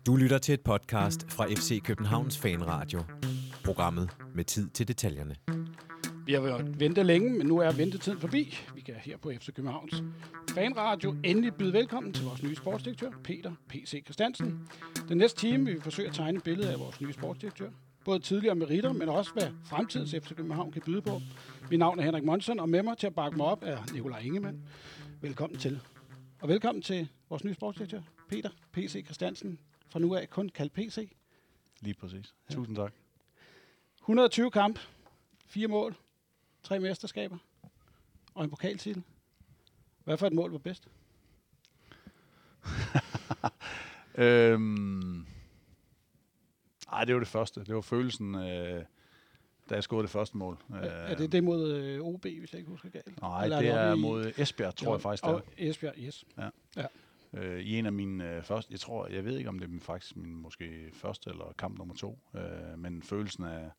Du lytter til et podcast fra FC Københavns Fanradio. Programmet med tid til detaljerne. Vi har været ventet længe, men nu er ventetiden forbi. Vi kan her på FC Københavns Fanradio endelig byde velkommen til vores nye sportsdirektør, Peter P.C. Christiansen. Den næste time vil vi forsøge at tegne et billede af vores nye sportsdirektør. Både tidligere meritter, men også hvad fremtidens FC København kan byde på. Mit navn er Henrik Monsen, og med mig til at bakke mig op er Nikolaj Ingemann. Velkommen til. Og velkommen til vores nye sportsdirektør, Peter P.C. Christiansen. Fra nu af kun kaldt PC. Lige præcis. Ja. Tusind tak. 120 kamp, 4 mål, 3 mesterskaber og en pokaltitel. Hvad for et mål var bedst? Det var det første. Det var følelsen, da jeg scorede det første mål. Er det det mod OB, hvis jeg ikke husker galt? Nej, det er mod Esbjerg, tror jeg faktisk. Og Esbjerg, yes. Ja. I en af mine første, jeg ved ikke om det er faktisk min måske første eller kamp nummer 2, men følelsen af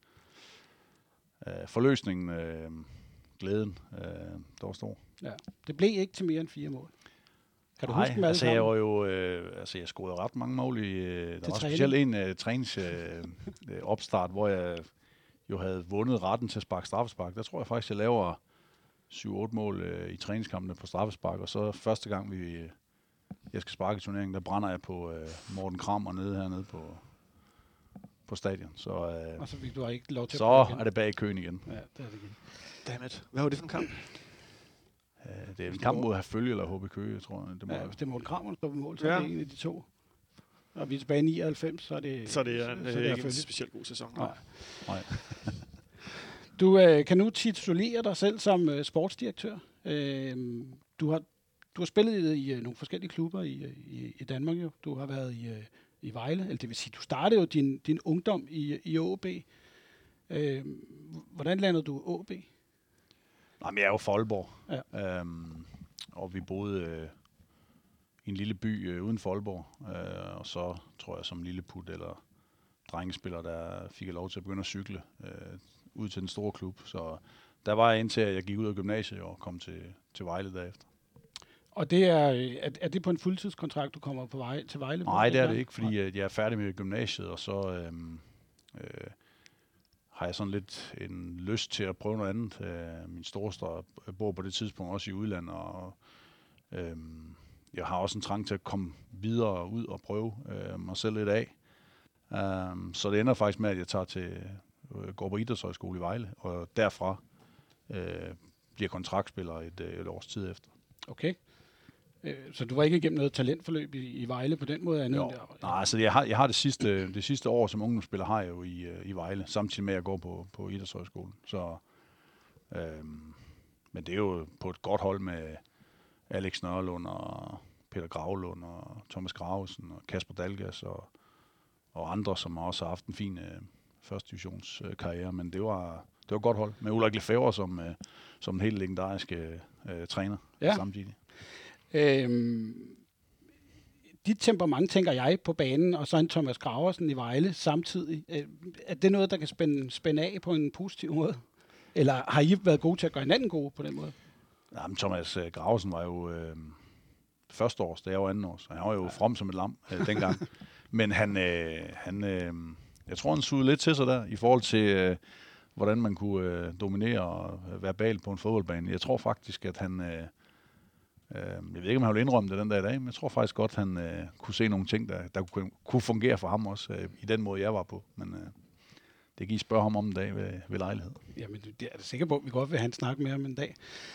forløsningen, glæden, der var stor. Ja, det blev ikke til mere end 4 mål. Kan du huske dem alle altså sammen? jeg var jo, jeg scorede ret mange mål i, der var specielt en træningsopstart, hvor jeg jo havde vundet retten til at sparke straffespark. Der tror jeg faktisk, jeg laver 7-8 mål i træningskampene på straffespark, og så første gang jeg skal sparke i turneringen, der brænder jeg på Morten Krammer hernede på stadion. Så, og så fik du ikke lov til så er det bag i køen igen. Ja, det er det igen. Dammit. Hvad var det for en kamp? Det er en kamp mod Herfølge eller HB Køge, jeg tror. Hvis det er Morten Krammer, der står på mål, så er det en af de to. Og vi er tilbage i 99, så er det... Så det er ikke en specielt god sæson. Nej. Du kan nu titulere dig selv som sportsdirektør. Du har spillet i nogle forskellige klubber i Danmark jo. Du har været i Vejle, eller det vil sige, du startede jo din ungdom i AaB. Hvordan landede du AaB? Nej, men jeg er jo fra Aalborg. Ja. Og vi boede i en lille by uden for Aalborg. Og så tror jeg som lilleput eller drengespiller, der fik jeg lov til at begynde at cykle ud til den store klub. Så der var jeg indtil, at jeg gik ud af gymnasiet og kom til Vejle derefter. Og det er det på en fuldtidskontrakt, du kommer til Vejle? Nej, det er det ikke, fordi jeg er færdig med gymnasiet, og så har jeg sådan lidt en lyst til at prøve noget andet. Min storesøster bor på det tidspunkt også i udlandet, og jeg har også en trang til at komme videre ud og prøve mig selv lidt af. Så det ender faktisk med, at jeg går på idrætshøjskole i Vejle, og derfra bliver kontraktspiller et års tid efter. Okay. Så du var ikke igennem noget talentforløb i Vejle på den måde? Nej, altså jeg har det sidste år som ungdomsspiller har jeg jo i Vejle, samtidig med at jeg går på idrætshøjskolen. Så, men det er jo på et godt hold med Alex Nørlund og Peter Gravlund og Thomas Gravesen og Kasper Dalgas og andre, som også har haft en fin første divisionskarriere. Men det var et godt hold med Ulrik Lefebvre som en helt legendariske træner samtidig. Dit temperament, tænker jeg, på banen, og så en Thomas Graversen i Vejle samtidig. Er det noget, der kan spænde af på en positiv måde? Eller har I været gode til at gøre hinanden gode på den måde? Ja, men Thomas Graversen var jo første års, da jeg var anden års. Han var jo from som et lam dengang. Men han jeg tror, han sugede lidt til sig der, i forhold til, hvordan man kunne dominere verbalt på en fodboldbane. Jeg tror faktisk, at han... jeg ved ikke, om han vil indrømme det den dag i dag, men jeg tror faktisk godt, han kunne se nogle ting, der kunne fungere for ham også, i den måde, jeg var på. Men det kan I spørge ham om en dag ved lejlighed. Jamen, det er jeg sikker på, at vi godt vil have en snak med ham en dag.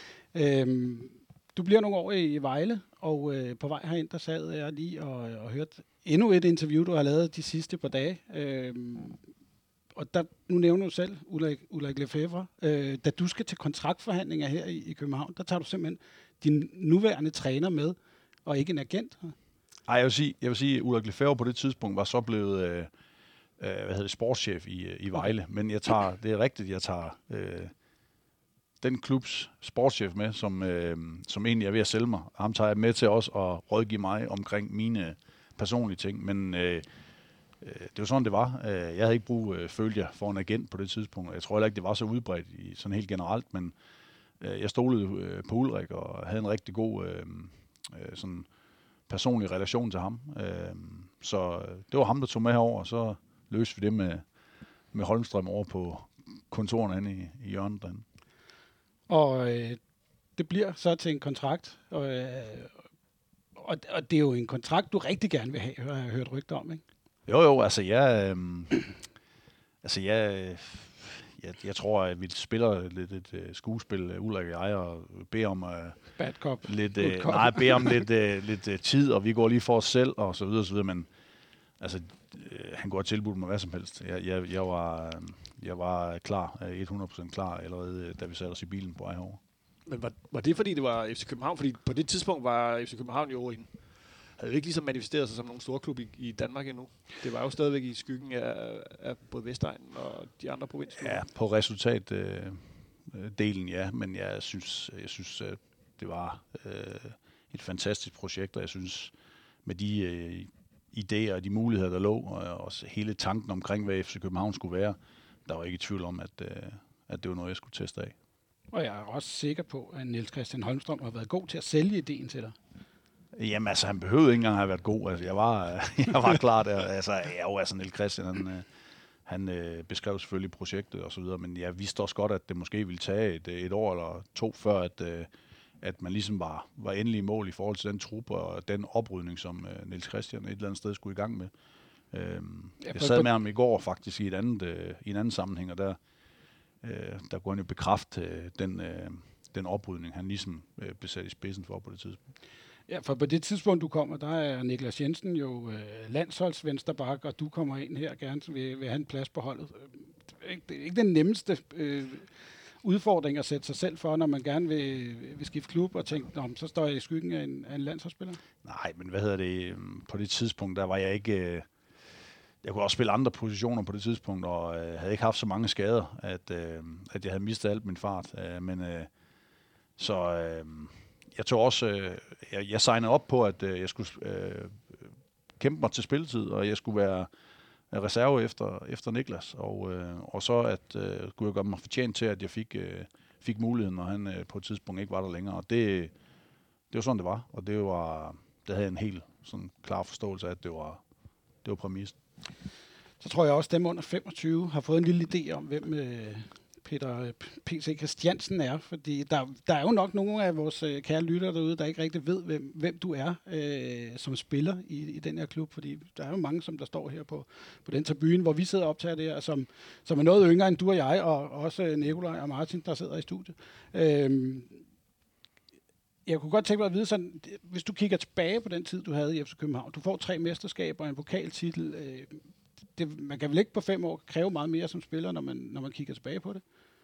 Du bliver nogle år i Vejle, og på vej herind, der sad jeg lige og hørte endnu et interview, du har lavet de sidste par dage. Og nu nævner du selv Ulrik Lefebvre. Da du skal til kontraktforhandlinger her i København, der tager du simpelthen din nuværende træner med, og ikke en agent? Nej, jeg vil sige, at Ulrik Lefebvre på det tidspunkt var så blevet sportschef i Vejle. Men det er rigtigt, jeg tager den klubs sportschef med, som egentlig er ved at sælge mig. Ham tager jeg med til også at rådgive mig omkring mine personlige ting. Men det var sådan, det var. Jeg havde ikke brug, følte jeg, for en agent på det tidspunkt. Jeg tror heller ikke, det var så udbredt sådan helt generelt, men jeg stolede på Ulrik og havde en rigtig god sådan personlig relation til ham. Så det var ham, der tog med herover, og så løste vi det med Holmstrøm over på kontorerne inde i hjørnet derinde. Og det bliver så til en kontrakt, og det er jo en kontrakt, du rigtig gerne vil have, har jeg hørt rygter om, ikke? Jo, altså jeg tror, at vi spiller lidt et skuespil, Ulrik og jeg, og beder om Bad cop. beder om lidt tid, og vi går lige for os selv, og så videre, men altså, han går og tilbudt mig hvad som helst. Jeg var klar, 100% klar allerede, da vi satte os i bilen på vej herover. Men var det, fordi det var FC København? Fordi på det tidspunkt var FC København jo havde jo ikke ligesom manifesteret sig som nogen store klub i Danmark endnu. Det var jo stadigvæk i skyggen af både Vestegnen og de andre provinsklubber. Ja, på resultatdelen, ja, men jeg synes at det var et fantastisk projekt, og jeg synes, med de idéer og de muligheder, der lå, og også hele tanken omkring, hvad FC København skulle være, der var ikke i tvivl om, at det var noget, jeg skulle teste af. Og jeg er også sikker på, at Niels Christian Holmstrøm har været god til at sælge ideen til dig. Jamen altså, han behøvede ikke engang have været god. Altså, jeg var klar der. Altså, Niels Christian, han beskrev selvfølgelig projektet og så videre, men jeg vidste også godt, at det måske ville tage et år eller to, før at man ligesom var endelig i mål i forhold til den trup og den oprydning, som Niels Christian et eller andet sted skulle i gang med. Jeg sad med ham i går faktisk i en anden sammenhæng, og der kunne han jo bekræfte den oprydning, han ligesom blev sat i spidsen for på det tidspunkt. Ja, for på det tidspunkt, du kommer, der er Niklas Jensen jo landsholdsvensterbak, og du kommer ind her gerne vil have en plads på holdet. Det er ikke den nemmeste udfordring at sætte sig selv for, når man gerne vil skifte klub og tænke, så står jeg i skyggen af en landsholdsspiller. Nej, men på det tidspunkt, der var jeg ikke... Jeg kunne også spille andre positioner på det tidspunkt, og havde ikke haft så mange skader, at jeg havde mistet alt min fart. Jeg tog også... Jeg signede op på, at jeg skulle kæmpe mig til spilletid, og jeg skulle være reserve efter Niklas, og så skulle jeg gøre mig fortjent til, at jeg fik muligheden, når han på et tidspunkt ikke var der længere. Og det var sådan, det var. Og det havde jeg en helt sådan klar forståelse af, at det var præmissen. Så tror jeg også, at dem under 25 har fået en lille idé om, hvem Peter P.C. Christiansen er, fordi der er jo nok nogle af vores kære lyttere derude, der ikke rigtig ved, hvem du er som spiller i den her klub, fordi der er jo mange, som der står her på den tribune, hvor vi sidder og optager det her, som er noget yngre end du og jeg, og også Nikolaj og Martin, der sidder i studiet. Jeg kunne godt tænke mig at vide sådan, hvis du kigger tilbage på den tid, du havde i FC København, du får 3 mesterskaber og en pokaltitel. Man kan vel ikke på 5 år kræve meget mere som spiller, når man kigger tilbage på det?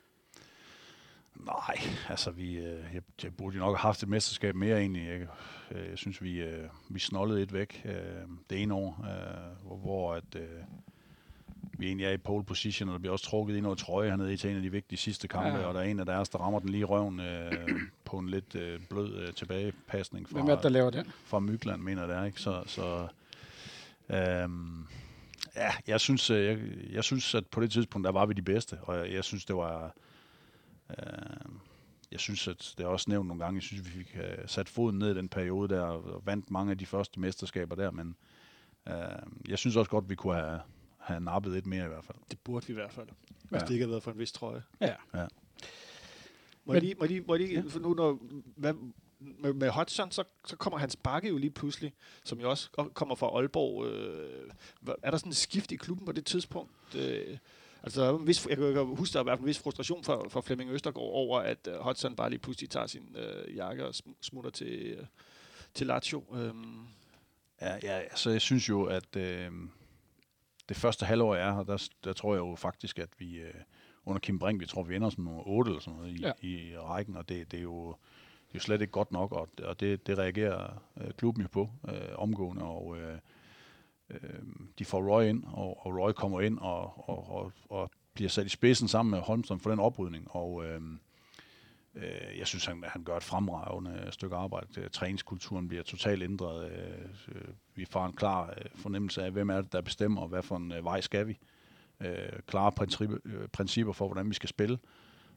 Nej, altså jeg burde jo nok have haft et mesterskab mere egentlig. Jeg synes, vi snollede et væk det ene år, hvor vi egentlig er i pole position, og der bliver også trukket i noget trøje hernede til en af de vigtige sidste kampe, og der er en af deres, der rammer den lige i røven på en lidt blød tilbagepasning fra, hvem er det, der laver den? Fra Mykland, mener det er, ikke? Jeg synes, at på det tidspunkt, der var vi de bedste, og jeg synes, det var... Jeg synes, at det er også nævnt nogle gange, jeg synes, vi fik sat foden ned i den periode der, og vandt mange af de første mesterskaber der, men jeg synes også godt, vi kunne have nappet lidt mere i hvert fald. Det burde vi i hvert fald, hvis det ikke havde været for en vis trøje. Ja. Må jeg lige nu når med Hodgson, så kommer Hans Bakke jo lige pludselig, som jo også kommer fra Aalborg. Er der sådan et skift i klubben på det tidspunkt? Altså, jeg kan huske, der har været en vis frustration for Flemming Østergaard over, at Hodgson bare lige pludselig tager sin jakke og smutter til Lazio. Altså jeg synes jo, at det første halvår jeg er her, der tror jeg jo faktisk, at vi under Kim Brink, vi tror, vi ender som nummer 8 eller sådan noget i rækken, og det er jo slet ikke godt nok, og det reagerer klubben jo på omgående, og de får Roy ind, og Roy kommer ind og bliver sat i spidsen sammen med Holmstrøm for den oprydning, og jeg synes, han gør et fremragende stykke arbejde. Træningskulturen bliver totalt ændret. Vi får en klar fornemmelse af, hvem er det, der bestemmer, og hvad for en vej skal vi. Klare principper for, hvordan vi skal spille.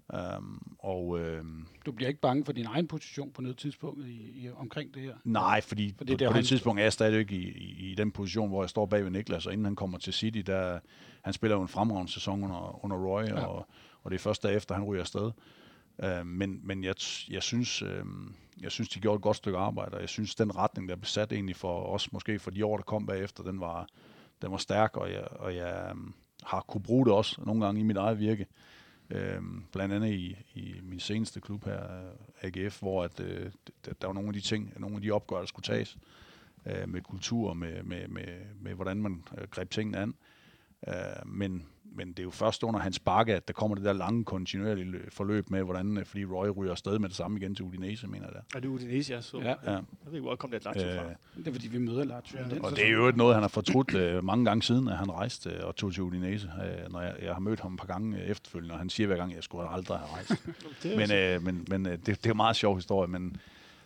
Du bliver ikke bange for din egen position på noget tidspunkt omkring det her? Nej, fordi på det tidspunkt er jeg stadig ikke i den position, hvor jeg står bag ved Niklas, og inden han kommer til City, han spiller jo en fremragende sæson under Roy, ja. og det er først derefter, han ryger afsted. Men jeg synes, de gjorde et godt stykke arbejde, og jeg synes, den retning, der blev sat egentlig for os, måske for de år, der kom bagefter, den var stærk, og jeg har kunne bruge det også nogle gange i mit eget virke. Blandt andet i min seneste klub her, AGF, hvor der var nogle af de ting, nogle af de opgør, der skulle tages med kultur, med hvordan man greb tingene an. Men det er jo først under Hans Bakke, at der kommer det der lange, kontinuerlige forløb med, hvordan, fordi Roy ryger afsted med det samme igen til Udinese, mener jeg. Er det Udinese, jeg så? Ja. Jeg ved ikke, hvor kom det Lazio fra. Det er, fordi vi møder Lazio. Ja. Og det er jo noget, han har fortrudt mange gange siden, at han rejste og tog til Udinese. Når jeg har mødt ham et par gange efterfølgende, og han siger hver gang, at jeg skulle aldrig have rejst. men det er en meget sjov historie. Men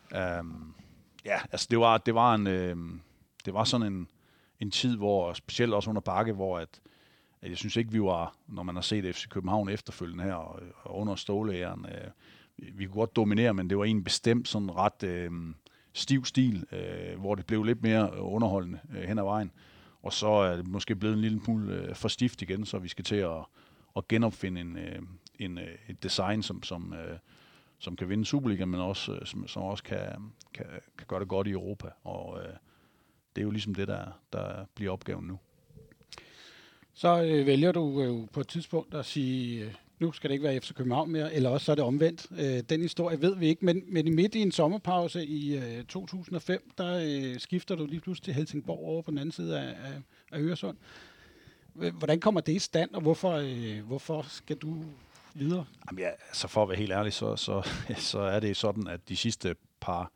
altså det var sådan en tid, hvor specielt også under Bakke, hvor at jeg synes ikke, vi var, når man har set FC København efterfølgende her, og under Ståle-æren, vi kunne godt dominere, men det var en bestemt sådan ret stiv stil, hvor det blev lidt mere underholdende hen ad vejen. Og så er det måske blevet en lille smule for stift igen, så vi skal til at genopfinde et design, som kan vinde Superliga, men også, som også kan gøre det godt i Europa. Og det er jo ligesom det, der bliver opgaven nu. Så vælger du jo på et tidspunkt at sige, nu skal det ikke være FC København mere, eller også så er det omvendt. Den historie ved vi ikke, men midt i en sommerpause i 2005, der skifter du lige pludselig til Helsingborg over på den anden side af Øresund. Hvordan kommer det i stand, og hvorfor skal du videre? Jamen ja, altså for at være helt ærlig, så er det sådan, at de sidste par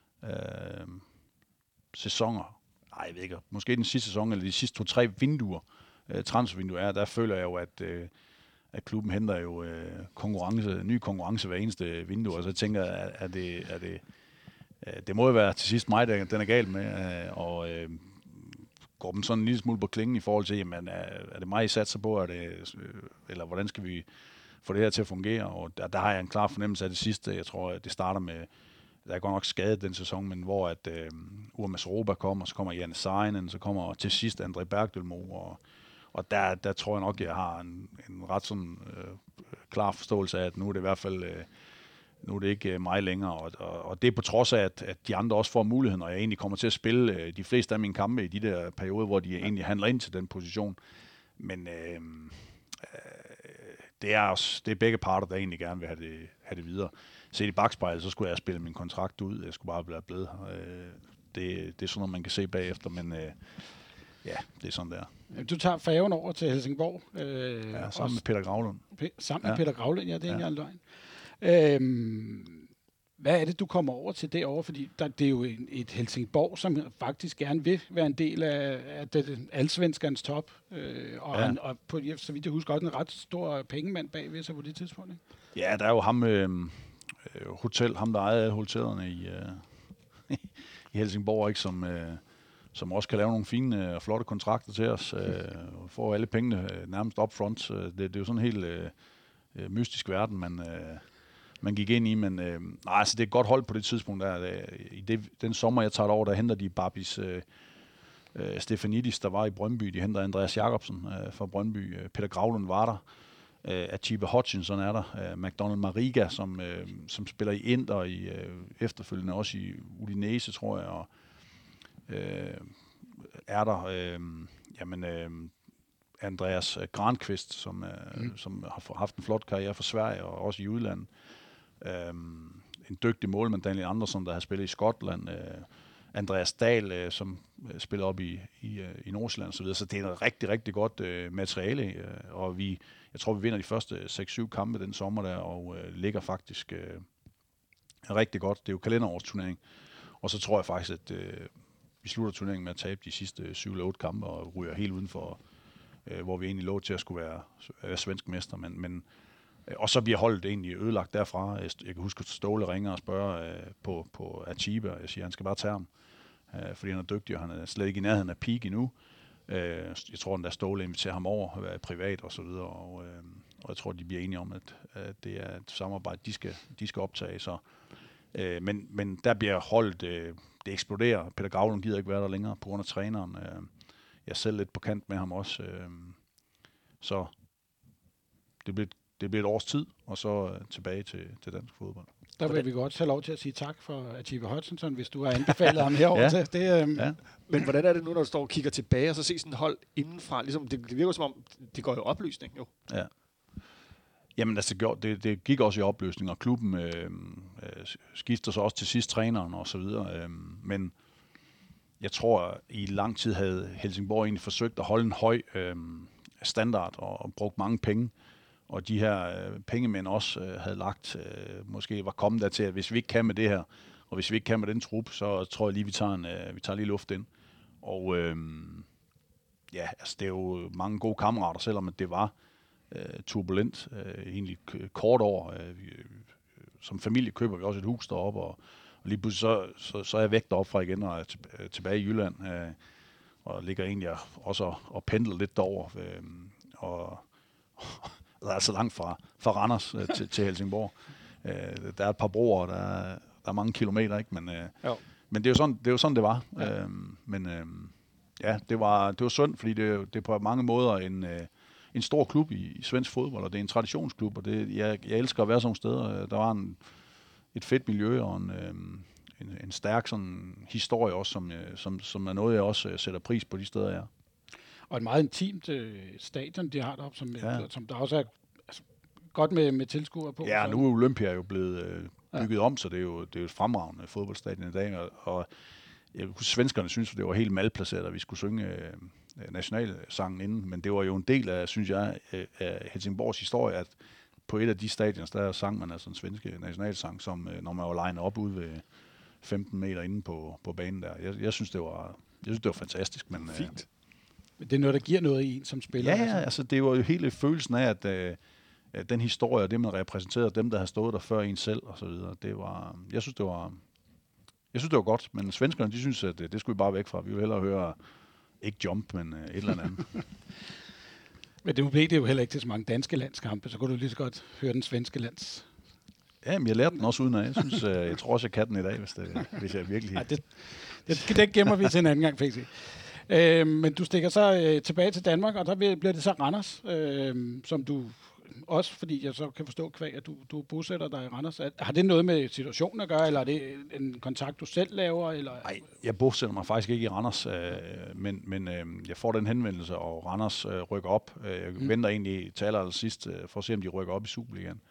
sæsoner, jeg ved ikke, måske den sidste sæson, eller de sidste 2-3 vinduer, transfervinduer der føler jeg jo, at klubben henter jo ny konkurrence hver eneste vindue, og så tænker jeg, at det må jo være til sidst mig, den er galt med, og går dem sådan en lille smule på klingen i forhold til, jamen, er det mig, I satser på, eller hvordan skal vi få det her til at fungere, og der har jeg en klar fornemmelse af det sidste. Jeg tror, at det starter med, der er godt nok skadet den sæson, men hvor at Urmas Roba kommer, så kommer Janne Seinen, så kommer til sidst André Bergdølmo, og der tror jeg nok, at jeg har en ret sådan klar forståelse af, at nu er det i hvert fald nu er det ikke mig længere, og det er på trods af, at de andre også får muligheden, og jeg egentlig kommer til at spille de fleste af mine kampe i de der perioder, hvor de egentlig handler ind til den position. Men det er begge parter, der egentlig gerne vil have det videre. Set i bakspejlet, så skulle jeg spille min kontrakt ud. Jeg skulle bare blive blevet her. Det er sådan noget, man kan se bagefter, men ja, det er sådan, der. Du tager færgen over til Helsingborg. Sammen med Peter Gravlund. Sammen med Peter Gravlund, ja, det er ikke engang løgn. Hvad er det, du kommer over til derovre? Fordi det er jo et Helsingborg, som faktisk gerne vil være en del af allsvenskernes top. Og på, så vidt jeg husker, også en ret stor pengemand bagved sig på det tidspunkt. Ikke? Ja, der er jo ham, ham der ejede hotellerne i Helsingborg, ikke, som også kan lave nogle fine og flotte kontrakter til os. Får alle pengene nærmest upfront. Det er jo sådan en helt mystisk verden, man gik ind i, men altså det er et godt hold på det tidspunkt. Den sommer, jeg tager over, der henter de Babis Stefanidis, der var i Brøndby. De henter Andreas Jacobsen fra Brøndby. Peter Gravlund var der. Atiba Hutchinson er der. McDonald Mariga, som spiller i Inter i efterfølgende, også i Udinese, tror jeg. Og er der Andreas Granqvist, som har haft en flot karriere for Sverige og også i udlandet. En dygtig målmand, Daniel Andersson, der har spillet i Skotland. Andreas Dahl, som spiller op i Nordsjælland og så videre. Så det er et rigtig, rigtig godt materiale, og jeg tror, vi vinder de første 6-7 kampe den sommer der, og ligger faktisk rigtig godt. Det er jo kalenderårsturnering, og så tror jeg faktisk, at vi slutter turneringen med at tabe de sidste 7-8 kampe og ryger helt udenfor, hvor vi egentlig lå til at skulle være svensk mester, men og så bliver holdet egentlig ødelagt derfra. Jeg kan huske, at Ståle ringer og spørger på Atiba. Jeg siger, at han skal bare tage ham, fordi han er dygtig, og han er slet ikke i nærheden af peak endnu. Jeg tror, at Ståle inviterer ham over, privat og så videre. og jeg tror, de bliver enige om, at det er et samarbejde, de skal optage. Så, men der bliver holdt, det eksploderer. Peter Gravlund gider ikke være der længere på grund af træneren. Jeg er selv lidt på kant med ham også. Så det bliver et års tid, og så tilbage til dansk fodbold. Der vil vi godt have lov til at sige tak for Atiba Hutchinson, hvis du har anbefalet ham herover til. Ja. Men hvordan er det nu, når du står og kigger tilbage, og så ser sådan et hold indenfra? Ligesom, det virker som om, det går i opløsning jo. Ja. Jamen altså, det gik også i opløsning, og klubben skifter så også til sidst træneren og så videre. Men jeg tror, i lang tid havde Helsingborg egentlig forsøgt at holde en høj standard og brugt mange penge. Og de her pengemænd også havde lagt, måske var kommet der til, at hvis vi ikke kan med det her, og hvis vi ikke kan med den trup, så tror jeg lige, vi tager lige luft ind. Og altså det er jo mange gode kammerater, selvom det var turbulent, egentlig kort år. Som familie køber vi også et hus deroppe, og lige pludselig så er jeg væk deroppe fra igen, og er tilbage i Jylland, og ligger egentlig også og pendler lidt derover, og der er så langt fra Randers til Helsingborg. Der er et par broer, der er mange kilometer, ikke? Men det er jo sådan, det var. Ja. Det var synd, fordi det er på mange måder en stor klub i svensk fodbold, og det er en traditionsklub, og jeg elsker at være sådan steder. Der var et fedt miljø og en stærk sådan historie også, som er noget, jeg også sætter pris på de steder, jeg er. Og et meget intimt stadion, de har deroppe, som der også er godt med tilskuere på. Ja, nu er Olympia jo blevet bygget om, så det er jo et fremragende fodboldstadion i dag, og jeg husker, svenskerne synes, det var helt malplaceret, at vi skulle synge nationalsangen inden, men det var jo en del af, synes jeg, af Helsingborgs historie, at på et af de stadions, der sang man altså en svenske nationalsang, som når man var linet op ude ved 15 meter inde på banen der. Jeg synes, det var fantastisk. Men, fint. Men det er noget, der giver noget i en som spiller. Ja, altså det var jo hele følelsen af, at den historie og det, man repræsenterede, dem, der havde stået der før en selv og så videre, jeg synes, det var godt, men svenskerne, de synes, at det skulle vi bare væk fra. Vi vil hellere høre, ikke jump, men et eller andet. Men det blev det jo heller ikke til så mange danske landskampe, så kunne du lige så godt høre den svenske lands. Ja, men jeg lærte den også udenad. Jeg tror også, jeg kan den i dag, hvis jeg virkelig... Ja, det gemmer vi til en anden gang, PC. Men du stikker så tilbage til Danmark, og der bliver det så Randers, som du også, fordi jeg så kan forstå kvæg, at du bosætter dig i Randers. Har det noget med situationen at gøre, eller er det en kontakt, du selv laver? Nej, jeg bosætter mig faktisk ikke i Randers, men jeg får den henvendelse, og Randers rykker op. Jeg venter egentlig til allersidst for at se, om de rykker op i Superligaen.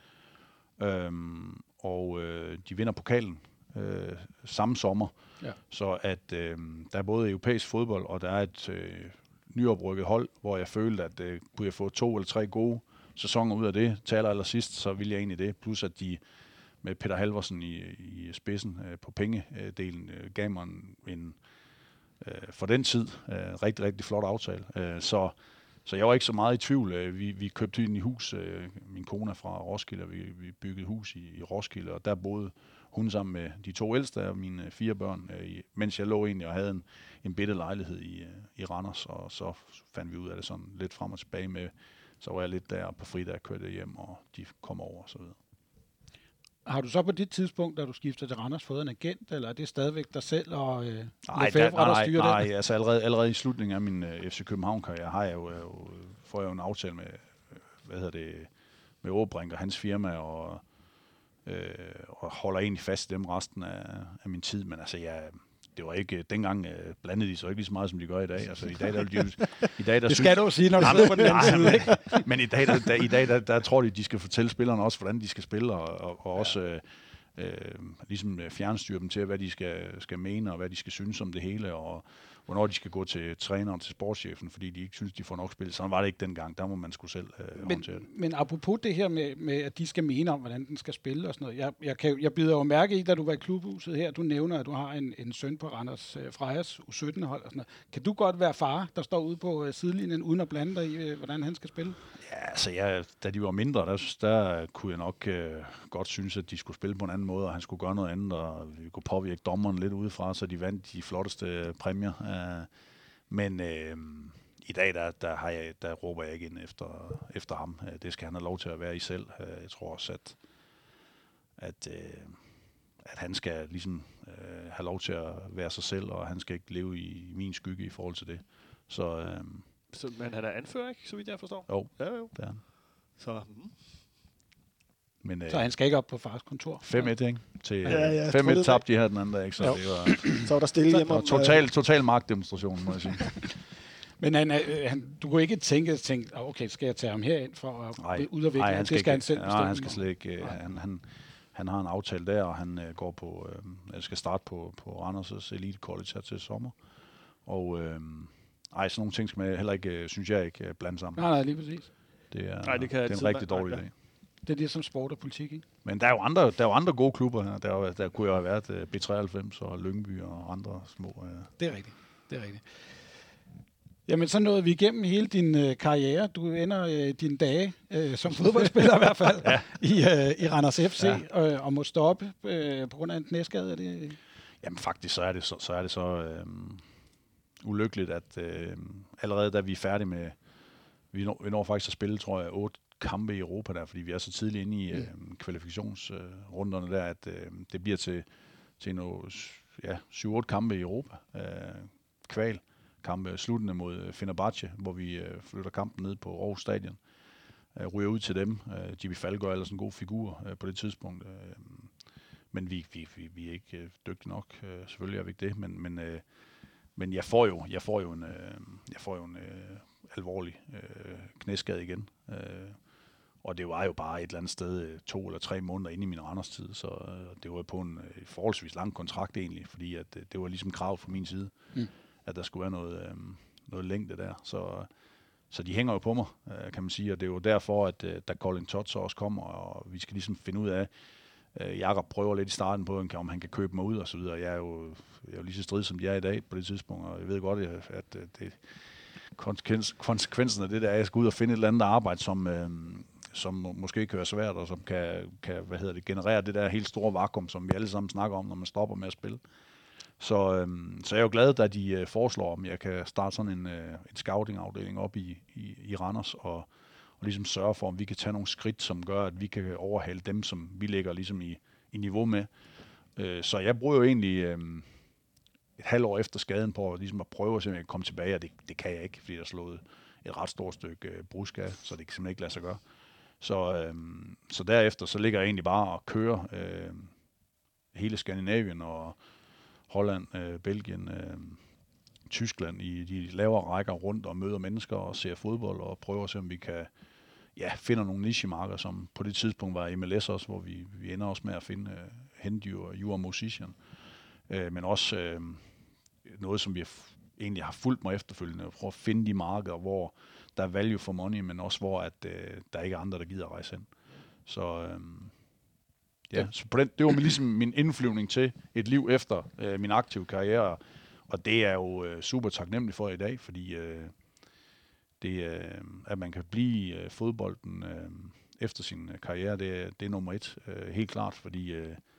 Og de vinder pokalen samme sommer. Ja. Så at der er både europæisk fodbold, og der er et nyoprykket hold, hvor jeg følte, at kunne jeg få 2 eller 3 gode sæsoner ud af det, til allersidst, så ville jeg egentlig det. Plus at de med Peter Halvorsen i spidsen på pengedelen gav mig en for den tid rigtig, rigtig flot aftale. Så jeg var ikke så meget i tvivl. Vi købte ind i hus, min kone er fra Roskilde, og vi byggede hus i Roskilde, og der boede hun sammen med de 2 ældste af mine 4 børn, mens jeg lå egentlig og havde en bitte lejlighed i Randers, og så fandt vi ud af det sådan lidt frem og tilbage med, så var jeg lidt der på fridag, kørte hjem, og de kom over og så videre. Har du så på det tidspunkt, da du skifter til Randers, fået en agent, eller er det stadigvæk dig selv og nej, altså allerede i slutningen af min FC København-karriere får jeg jo en aftale med, med Åbrink og hans firma, og holder egentlig fast i dem resten af min tid, men altså det var ikke, dengang blandede de så ikke lige så meget, som de gør i dag. Altså i dag, der det skal du sige, når du sidder på den anden side, ikke? Men i dag, der tror de skal fortælle spillerne også, hvordan de skal spille, og også ligesom fjernstyre dem til, hvad de skal mene, og hvad de skal synes om det hele, og hvornår de skal gå til træneren, til sportschefen, fordi de ikke synes, de får nok spil. Sådan var det ikke dengang. Der må man skulle selv håndtere det. Men apropos det her med, at de skal mene om, hvordan den skal spille og sådan noget. Jeg bider jo mærke i, da du var i klubhuset her, du nævner, at du har en søn på Randers Frejas U17-hold og sådan noget. Kan du godt være far, der står ude på sidelinjen, uden at blande dig i, hvordan han skal spille? Ja, altså da de var mindre, der kunne jeg nok godt synes, at de skulle spille på en anden måde, og han skulle gøre noget andet, og vi kunne påvirke dommeren lidt udefra, så de vandt de flotteste præmier. Men i dag, der råber jeg ikke ind efter ham. Det skal han have lov til at være i selv. Jeg tror også, at han skal ligesom have lov til at være sig selv, og han skal ikke leve i min skygge i forhold til det. Men han er anfører, ikke? Så vidt jeg forstår. Jo, ja, det er han. Så han skal ikke op på fars kontor? 5-1, ikke? 5-1 tabte de her den anden dag, ikke? Så det var... Så var der stille hjemme om... Total magtdemonstration, må jeg sige. Men du kunne ikke tænke, okay, skal jeg tage ham herind for at udvikle? Nej, det skal han selv bestemme. Nej, han skal slet ikke. Han har en aftale der, og han går på, skal starte på Randers' Elite College her til sommer. Og sådan nogle ting skal man heller ikke, synes jeg ikke, blande sammen. Nej, lige præcis. Det er en rigtig dårlig idé. Det er det som sport og politik, ikke? Men der er jo andre gode klubber her. Der kunne jo have været B93 og Lyngby og andre små. Det er rigtigt. Jamen, så nåede vi igennem hele din karriere. Du ender dine dage som fodboldspiller i hvert fald i Randers FC og må stoppe på grund af en knæskade. Er det? Jamen faktisk så er det så ulykkeligt, at allerede da vi er færdige med, vi når faktisk at spille, tror jeg, 8 kampe i Europa der, fordi vi er så tidligt inde i kvalifikationsrunderne der, at det bliver til 7-8 kampe i Europa. Kval. Kampe sluttende mod Fenerbahce, hvor vi flytter kampen ned på Aarhus Stadion. Ryger ud til dem. Jimmy Falk gør ellers en god figur på det tidspunkt. Men vi er ikke dygtige nok. Selvfølgelig er vi ikke det. Men jeg får jo en alvorlig knæskade igen. Og det var jo bare et eller andet sted 2 eller 3 måneder inde i min Randers-tid. Så det var på en forholdsvis lang kontrakt egentlig, fordi at det var ligesom krav fra min side. At der skulle være noget længde der. Så de hænger jo på mig, kan man sige. Og det er jo derfor, at da Colin Todd så også kommer, og vi skal ligesom finde ud af, Jakob prøver lidt i starten på, om han kan købe mig ud og så videre. Jeg er jo lige så strid, som de er i dag på det tidspunkt, og jeg ved godt, at konsekvensen af det der er, at jeg skal ud og finde et eller andet arbejde, som måske kan være svært, og som kan generere det der helt store vakuum, som vi alle sammen snakker om, når man stopper med at spille. Så jeg er jo glad, da de foreslår, om jeg kan starte sådan en scouting-afdeling op i Randers, og ligesom sørge for, om vi kan tage nogle skridt, som gør, at vi kan overhale dem, som vi ligger ligesom i niveau med. Så jeg bruger jo egentlig et halvt år efter skaden på ligesom at prøve at se, om jeg kan komme tilbage, og det kan jeg ikke, fordi der er slået et ret stort stykke brusk af, så det kan simpelthen ikke lade sig gøre. Så derefter så ligger jeg egentlig bare og kører hele Skandinavien og Holland, Belgien, Tyskland i de lavere rækker rundt og møder mennesker og ser fodbold og prøver at se, om vi kan finde nogle nichemarker, som på det tidspunkt var MLS også, hvor vi ender også med at finde hente You are Musician. Men også noget, som vi egentlig har fulgt mig efterfølgende, at prøve at finde de markeder, hvor der er value for money, men også hvor at, der ikke er andre, der gider at rejse hen. Så så på det var ligesom min indflyvning til et liv efter min aktive karriere, og det er jo super taknemmelig for i dag, fordi at man kan blive fodbolden efter sin karriere, det er nummer 1, helt klart, fordi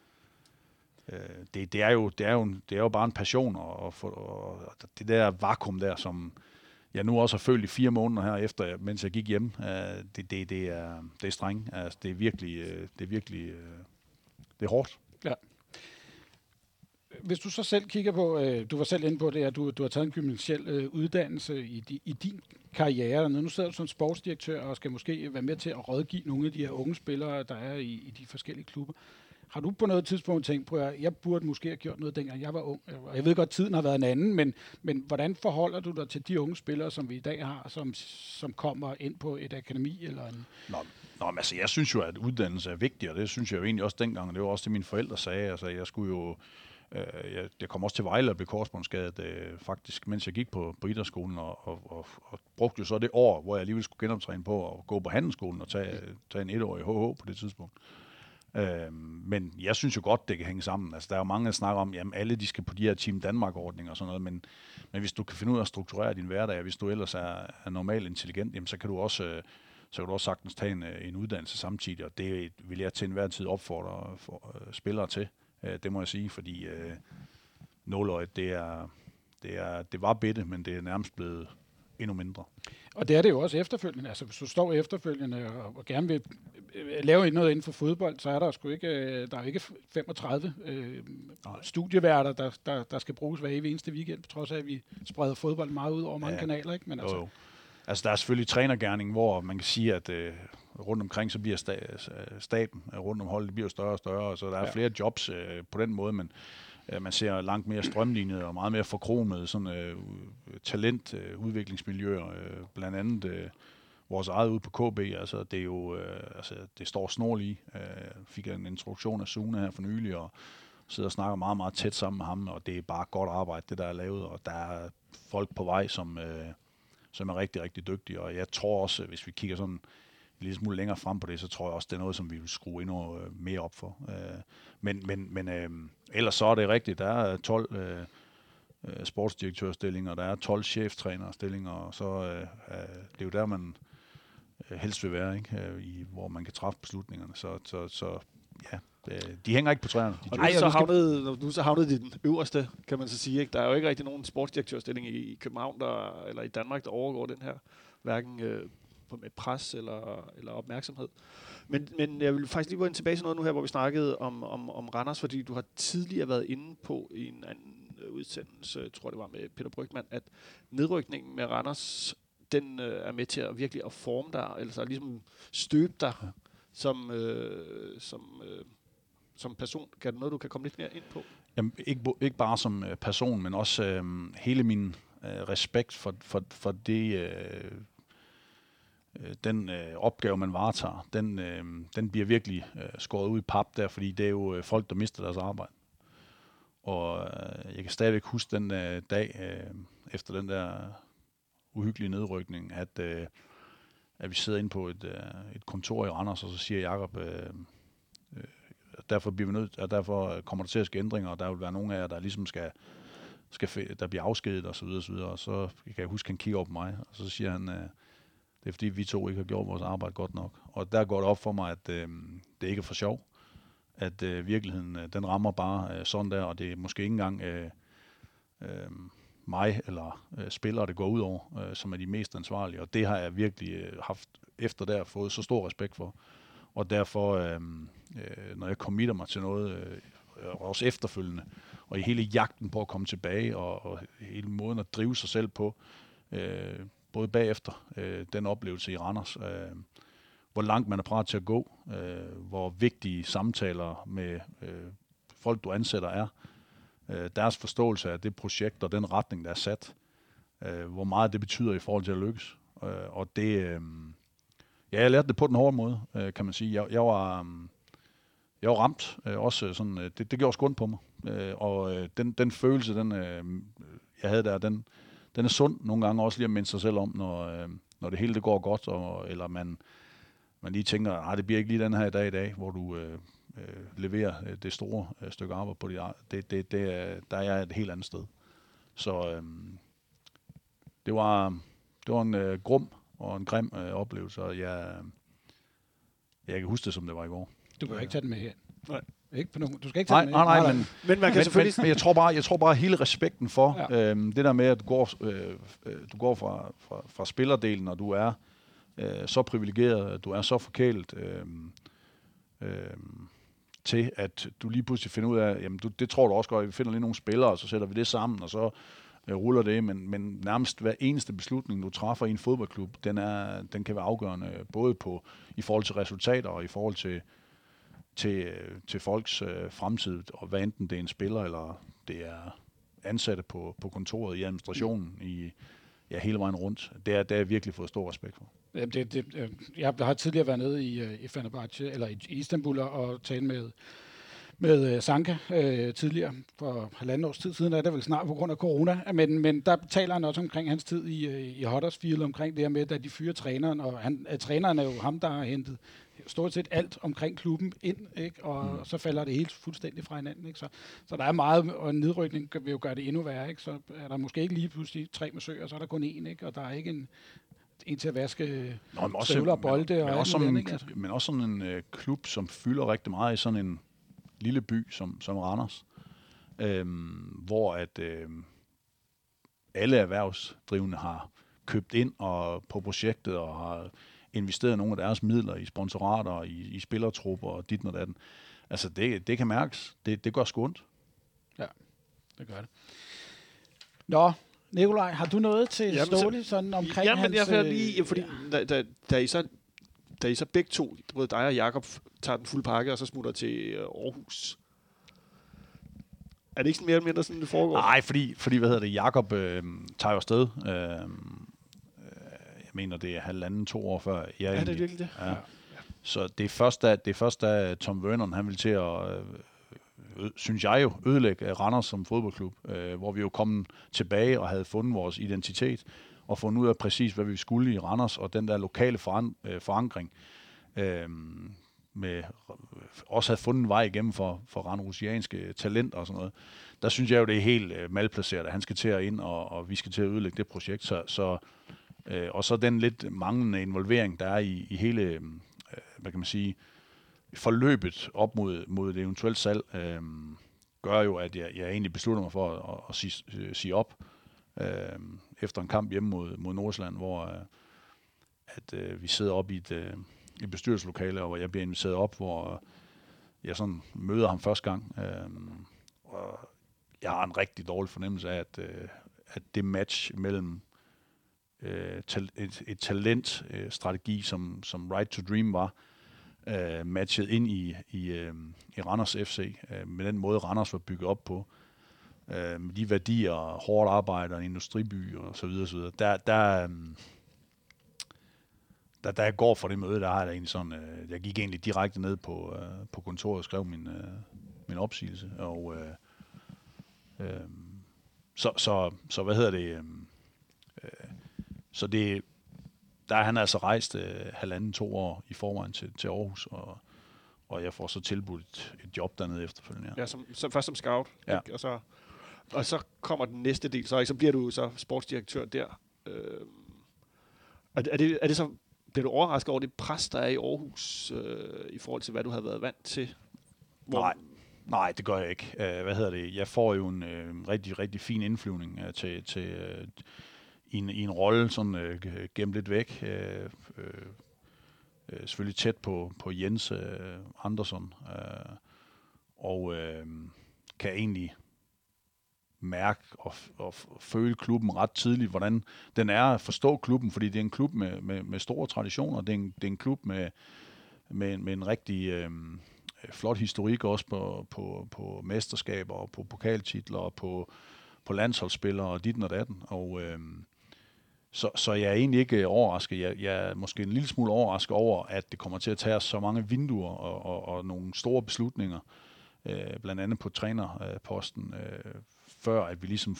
det er jo bare en passion, og det der vakuum der, som jeg nu også har følt i 4 måneder her efter, mens jeg gik hjem, det er streng. Altså, det er virkelig det er hårdt. Ja. Hvis du så selv kigger på, du var selv inde på det, at du har taget en gymnasiel uddannelse i din karriere. Nu sidder du som sportsdirektør og skal måske være med til at rådgive nogle af de her unge spillere, der er i de forskellige klubber. Har du på noget tidspunkt tænkt på, at jeg burde måske have gjort noget, dengang jeg var ung? Jeg ved godt, at tiden har været en anden, men hvordan forholder du dig til de unge spillere, som vi i dag har, som kommer ind på et akademi eller en... Nå, men altså, jeg synes jo, at uddannelse er vigtig, og det synes jeg jo egentlig også dengang, og det var også det, mine forældre sagde. Altså, jeg skulle jo... Jeg kom også til Vejle og blev korsbåndsskadet, faktisk, mens jeg gik på idrætsskolen, og brugte jo så det år, hvor jeg alligevel skulle genoptræne på at gå på handelsskolen og tage en 1-årig HH på det tidspunkt. Men jeg synes jo godt, det kan hænge sammen. Altså, der er jo mange, der snakker om, jamen alle de skal på de her Team Danmark-ordninger og sådan noget, men hvis du kan finde ud af at strukturere din hverdag, hvis du ellers er normalt intelligent, jamen, så kan du også sagtens tage en uddannelse samtidig, og det vil jeg til enhver tid opfordre spillere til. Det må jeg sige, fordi nåløjet, det var bitte, men det er nærmest blevet endnu mindre. Og det er det jo også efterfølgende. Altså, hvis du står efterfølgende og gerne vil lave noget inden for fodbold, så er der sgu ikke, der er jo ikke 35 studieværter, der skal bruges hver eneste weekend, på trods af, at vi spreder fodbold meget ud over mange kanaler. Ikke? Men jo. Altså, der er selvfølgelig trænergerning, hvor man kan sige, at rundt omkring, så bliver staben rundt om holdet, bliver større og større, så der er flere jobs på den måde, men man ser langt mere strømlignet og meget mere forkromet sådan talentudviklingsmiljøer, blandt andet vores eget ude på KB. Altså det er jo det står snorlig. Fik en introduktion af Sune her for nylig og sidder og snakker meget meget tæt sammen med ham, og det er bare godt arbejde det der er lavet, og der er folk på vej som er rigtig rigtig dygtige, og jeg tror også, hvis vi kigger sådan en lille smule længere frem på det, så tror jeg også, det er noget, som vi vil skrue endnu mere op for. Men ellers så er det rigtigt. Der er 12 sportsdirektørstillinger, der er 12 cheftrænerstillinger, og så det er jo der, man helst vil være, ikke? Hvor man kan træffe beslutningerne. Så ja, de hænger ikke på træerne. Og nu så havnet i den øverste, kan man så sige. Ikke? Der er jo ikke rigtig nogen sportsdirektørstilling i København eller i Danmark, der overgår den her, hverken med pres eller opmærksomhed. Men jeg vil faktisk lige gå ind tilbage til noget nu her, hvor vi snakkede om Randers, fordi du har tidligere været inde på i en anden udsendelse, jeg tror det var med Peter Brygmann, at nedrykningen med Randers, den er med til at virkelig at forme dig, eller så ligesom støbe dig som person. Kan det noget, du kan komme lidt mere ind på? Jamen, ikke bare som person, men også hele min respekt for det den opgave, man varetager, den bliver virkelig skåret ud i pap der, fordi det er jo folk, der mister deres arbejde. Og jeg kan stadigvæk huske den dag efter den der uhyggelige nedrykning, at vi sidder inde på et kontor i Randers, og så siger Jakob, derfor bliver vi nødt, og derfor kommer der til at ske ændringer, og der vil være nogle af jer, der ligesom skal der bliver afskedet og så videre, og så videre. Og så kan jeg huske, han kigger over på mig, og så siger han, det er fordi vi to ikke har gjort vores arbejde godt nok. Og der går det op for mig, at det ikke er for sjov, at virkeligheden, den rammer bare sådan der, og det er måske ikke engang mig eller spillere, det går ud over, som er de mest ansvarlige. Og det har jeg virkelig haft efter der fået så stor respekt for. Og derfor, når jeg committer mig til noget, også efterfølgende, og i hele jagten på at komme tilbage, og hele måden at drive sig selv på, både bagefter den oplevelse i Randers, hvor langt man er parat til at gå, hvor vigtige samtaler med folk, du ansætter er, deres forståelse af det projekt og den retning, der er sat, hvor meget det betyder i forhold til at lykkes. Og det, jeg lærte det på den hårde måde, kan man sige. Jeg var ramt også sådan, det gjorde sgu ondt på mig. Og den følelse, jeg havde der, den er sund nogle gange også lige at minde sig selv om, når det hele det går godt, eller man lige tænker, det bliver ikke lige den her i dag, hvor du leverer det store stykke arbejde på dit der er jeg et helt andet sted. Så det var en grum og en grim oplevelse, og jeg kan huske det, som det var i går. Du kan jo ikke tage den med her. Nej. Ikke på nogen. Du skal ikke tage den med. Nej, men man kan selvfølgelig... Men jeg tror bare hele respekten for det der med, at du går fra spillerdelen, og du er så privilegeret, du er så forkælet til, at du lige pludselig finder ud af, jamen det tror du også godt, at vi finder lige nogle spillere, og så sætter vi det sammen, og så ruller det, men nærmest hver eneste beslutning, du træffer i en fodboldklub, den kan være afgørende, både i forhold til resultater, og i forhold til folks fremtid, og hvad enten det er en spiller, eller det er ansatte på kontoret i administrationen, hele vejen rundt. Det har jeg virkelig fået stor respekt for. Jeg har tidligere været nede i Fenerbahce, eller i Istanbul, og talt med Sanka tidligere, for 1,5 års tid siden, er det vel snart på grund af corona, men der taler han også omkring hans tid i Huddersfield, omkring det her med, at de fyrer træneren, og træneren er jo ham, der har hentet stort set alt omkring klubben ind, ikke? Og så falder det helt fuldstændig fra hinanden, ikke? Så der er meget, og en nedrykning vil jo gøre det endnu værre, ikke? Så er der måske ikke lige pludselig 3 besøg, og så er der kun 1, ikke? Og der er ikke en til at vaske støvler og bolde. Men også sådan en klub, som fylder rigtig meget i sådan en lille by som Randers, hvor at alle erhvervsdrivende har købt ind og på projektet og har investeret nogle af deres midler i sponsorater, i spillertrupper og dit og datten. Altså, det kan mærkes. Det gør sgu ondt. Ja, det gør det. Nå, Nikolaj, har du noget til Ståle sådan omkring hans... Jamen, jeg lige, fordi da I så begge to, både dig og Jakob, tager den fulde pakke og så smutter til Aarhus. Er det ikke sådan mere eller mindre sådan, det foregår? Nej, fordi hvad hedder det, Jakob tager jo afsted. Jeg mener, det er 1,5-2 år før. Er det virkelig det? Ja. Så det er først da Tom Vernon, han vil til at, synes jeg jo, ødelægge Randers som fodboldklub, hvor vi jo kom tilbage og havde fundet vores identitet, og fundet ud af præcis, hvad vi skulle i Randers, og den der lokale forankring, med også havde fundet en vej igennem for randerosianske talent og sådan noget. Der synes jeg jo, det er helt malplaceret, at han skal til at ind, og vi skal til at ødelægge det projekt. Og så den lidt manglende involvering, der er i hele, hvad kan man sige, forløbet op mod det eventuelt salg, gør jo, at jeg egentlig beslutter mig for at sige op efter en kamp hjemme mod Nordsjælland, hvor vi sidder op i et bestyrelseslokale, og hvor jeg bliver inviteret op, hvor jeg sådan møder ham første gang. Og jeg har en rigtig dårlig fornemmelse af, at det match mellem et talentstrategi, som Right to Dream var, matchet ind i Randers FC, med den måde, Randers var bygget op på, med de værdier, hårdt arbejde og en industriby og så videre, så videre. Da jeg går fra det møde, der har jeg egentlig sådan, jeg gik egentlig direkte ned på kontoret og skrev min opsigelse, og så hvad hedder det, så det, der er han altså rejst 1,5-2 år i forvejen til Aarhus, og jeg får så tilbudt et job dernede efterfølgende. Ja, først som scout, ja. Og så kommer den næste del, så bliver du så sportsdirektør der. Er det så, bliver du overrasket over det pres, der er i Aarhus, i forhold til, hvad du havde været vant til? Nej, det gør jeg ikke. Hvad hedder det? Jeg får jo en rigtig, rigtig fin indflyvning i en rolle, sådan gemt lidt væk. Selvfølgelig tæt på Jens Andersson. Og kan egentlig mærke og føle klubben ret tidligt, hvordan den er at forstå klubben, fordi det er en klub med store traditioner. Det er en klub med en rigtig flot historik også på mesterskaber og på pokaltitler og på landsholdsspillere og ditten og datten. Og så jeg er egentlig ikke overrasket. Jeg er måske en lille smule overrasket over, at det kommer til at tage så mange vinduer og nogle store beslutninger, blandt andet på trænerposten, før at vi ligesom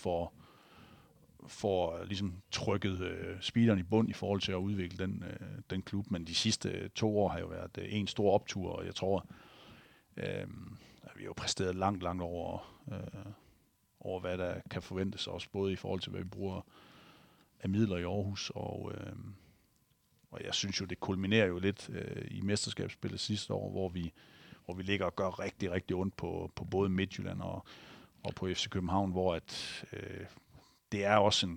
får ligesom trykket speederen i bund i forhold til at udvikle den klub. Men de sidste 2 år har jo været en stor optur, og jeg tror, at vi har jo præsteret langt over hvad der kan forventes, også både i forhold til, hvad vi bruger af midler i Aarhus, og jeg synes jo, det kulminerer jo lidt i mesterskabsspillet sidste år, hvor vi ligger og gør rigtig, rigtig ondt på både Midtjylland og på FC København, hvor det er også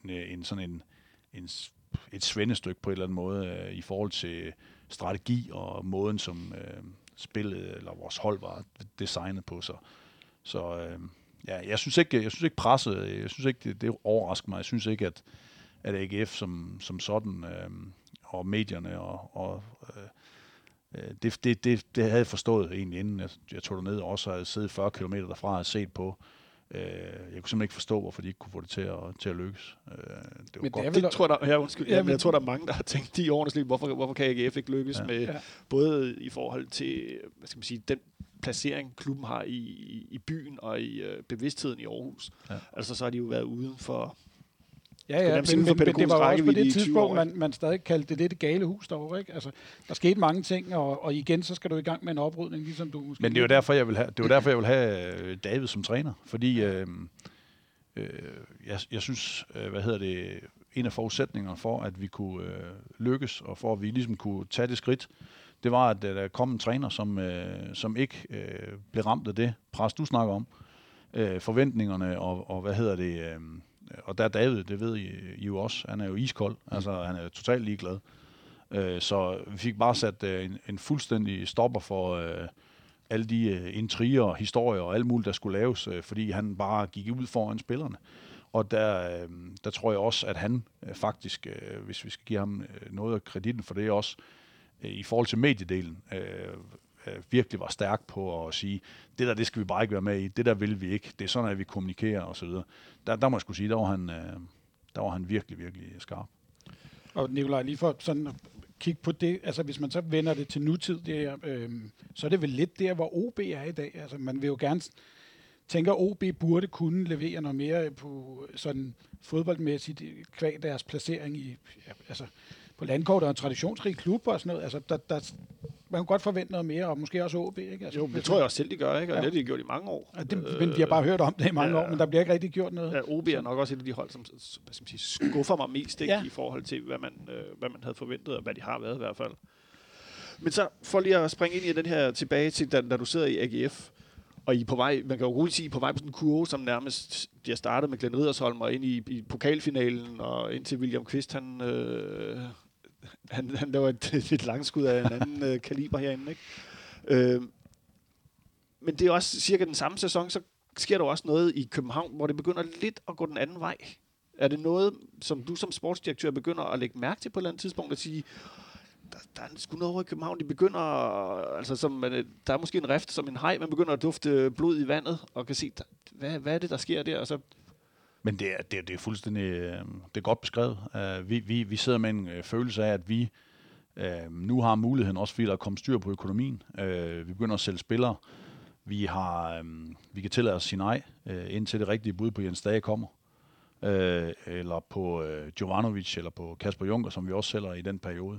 et svendestykke på en eller anden måde i forhold til strategi og måden, som spillet eller vores hold var designet på. Så jeg synes ikke presset, jeg synes ikke, det overrasker mig. Jeg synes ikke, at AGF som sådan og medierne og det havde jeg forstået egentlig, inden jeg tog derned, og også havde siddet 40 km derfra og set på. Jeg kunne simpelthen ikke forstå, hvorfor de ikke kunne få det til at lykkes. Det var godt. Det tror jeg, jeg tror, der er mange, der har tænkt i årenes liv, hvorfor kan AGF ikke lykkes med, både i forhold til, hvad skal man sige, den placering, klubben har i byen og i bevidstheden i Aarhus. Ja. Altså, så har de jo været uden for... Ja, men det var også på det tidspunkt, man stadig kaldte det gale hus derovre, ikke? Altså, der skete mange ting, og igen, så skal du i gang med en oprydning, ligesom du måske... Men det er jo derfor, jeg vil have David som træner, fordi jeg synes, en af forudsætningerne for, at vi kunne lykkes, og for at vi ligesom kunne tage det skridt, det var, at der kom en træner, som ikke blev ramt af det pres, du snakker om, forventningerne og og der er David, det ved I jo også, han er jo iskold, altså han er totalt ligeglad. Så vi fik bare sat en fuldstændig stopper for alle de intriger, historier og alt muligt, der skulle laves, fordi han bare gik ud foran spillerne. Og der tror jeg også, at han faktisk, hvis vi skal give ham noget af kreditten for det også, i forhold til mediedelen, virkelig var stærk på at sige, det skal vi bare ikke være med i, det der vil vi ikke, det er sådan, at vi kommunikerer osv. Der må jeg skulle sige, der var han virkelig, virkelig skarp. Og Nikolaj, lige for sådan at kigge på det, altså hvis man så vender det til nutid, så er det vel lidt der, hvor OB er i dag. Altså man vil jo gerne tænke, at OB burde kunne levere noget mere på sådan fodboldmæssigt kvad deres placering i, altså på landkortet og en traditionsrig klub og sådan noget. Altså man kan godt forvente noget mere, og måske også OB, ikke? Altså, jo, det tror jeg også selv, de gør, ikke? Og det har de gjort i mange år. Ja, men vi har bare hørt om det i mange år, men der bliver ikke rigtig gjort noget. Ja, OB er nok også et af de hold, som skuffer mig mest, ikke? I forhold til, hvad man havde forventet, og hvad de har været i hvert fald. Men så for lige at springe ind i den her tilbage til, da du sidder i AGF, og I er på vej, man kan jo roligt sige, på vej på sådan en kurve, som nærmest de har startet med Glenn Riddersholm og ind i pokalfinalen, og indtil William Kvist, han laver et langskud af en anden kaliber herinde, ikke? Men det er også cirka den samme sæson, så sker der også noget i København, hvor det begynder lidt at gå den anden vej. Er det noget, som du som sportsdirektør begynder at lægge mærke til på et eller andet tidspunkt, at sige, der er sgu noget over i København, de begynder, altså der er måske en rift som en haj, man begynder at dufte blod i vandet, og kan se, hvad er det, der sker der, og så... Men det er fuldstændig det er godt beskrevet. Vi sidder med en følelse af, at vi nu har muligheden også fordi der er kommet styr på økonomien. Vi begynder at sælge spillere. Vi kan tillade os at sige nej, indtil det rigtige bud på Jens Dage kommer. Eller på Jovanovic, eller på Kasper Junker, som vi også sælger i den periode.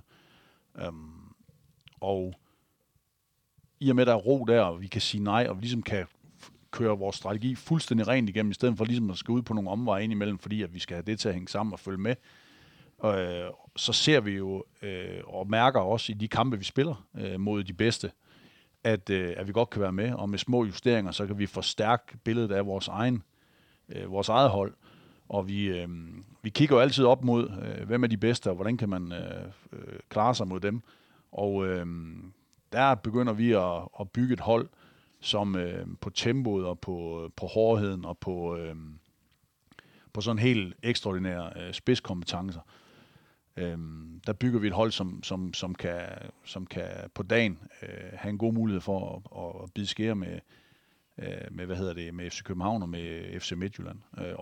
Og i og med, der er ro der, og vi kan sige nej, og vi ligesom kan køre vores strategi fuldstændig rent igennem, i stedet for ligesom at skal ud på nogle omveje indimellem, fordi at vi skal have det til at hænge sammen og følge med. Så ser vi jo og mærker også i de kampe, vi spiller mod de bedste, at vi godt kan være med, og med små justeringer, så kan vi forstærke billedet af vores eget hold. Og vi kigger jo altid op mod, hvem er de bedste, og hvordan kan man klare sig mod dem. Og der begynder vi at bygge et hold, som på tempoet og på hårdheden og på sådan helt ekstraordinære spidskompetencer. Der bygger vi et hold, som kan på dagen have en god mulighed for at bide skære med med FC København og med FC Midtjylland.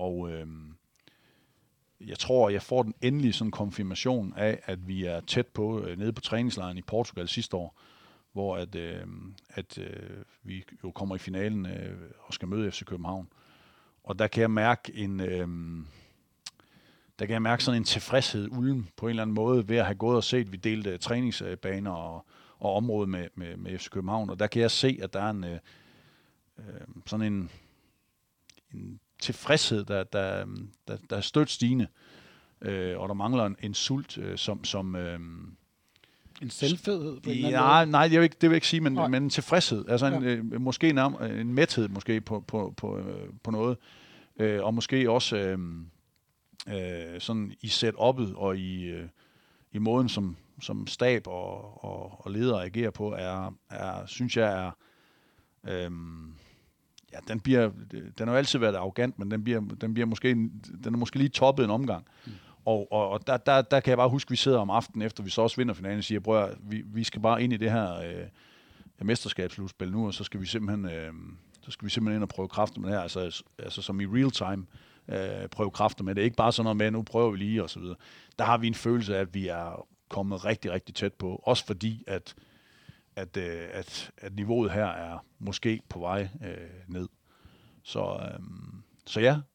Jeg tror, jeg får den endelige sådan konfirmation af, at vi er tæt på nede på træningslejren i Portugal sidste år, hvor at vi jo kommer i finalen og skal møde FC København. Og der kan jeg mærke sådan en tilfredshed ulden på en eller anden måde ved at have gået og set, vi delte træningsbaner og område med FC København. Og der kan jeg se, at der er sådan en tilfredshed, der er stødt stigende, og der mangler en sult, som en selvfedhed på en eller anden måde? Nej, det vil jeg ikke sige, men en tilfredshed. Altså måske en mæthed måske på noget. Og måske også sådan i setup'et og i måden, som stab og ledere agerer på, synes jeg den har jo altid været arrogant, men den er måske lige toppet en omgang. Og der kan jeg bare huske, at vi sidder om aftenen, efter vi så også vinder finalen, og siger, prøv, vi skal bare ind i det her mesterskabsslutspil nu, og så skal vi simpelthen ind og prøve kræfter med det her, altså som i real time prøve kræfter med det. Ikke bare sådan noget med, nu prøver vi lige, og så videre. Der har vi en følelse af, at vi er kommet rigtig, rigtig tæt på, også fordi, at niveauet her er måske på vej ned. Så ja,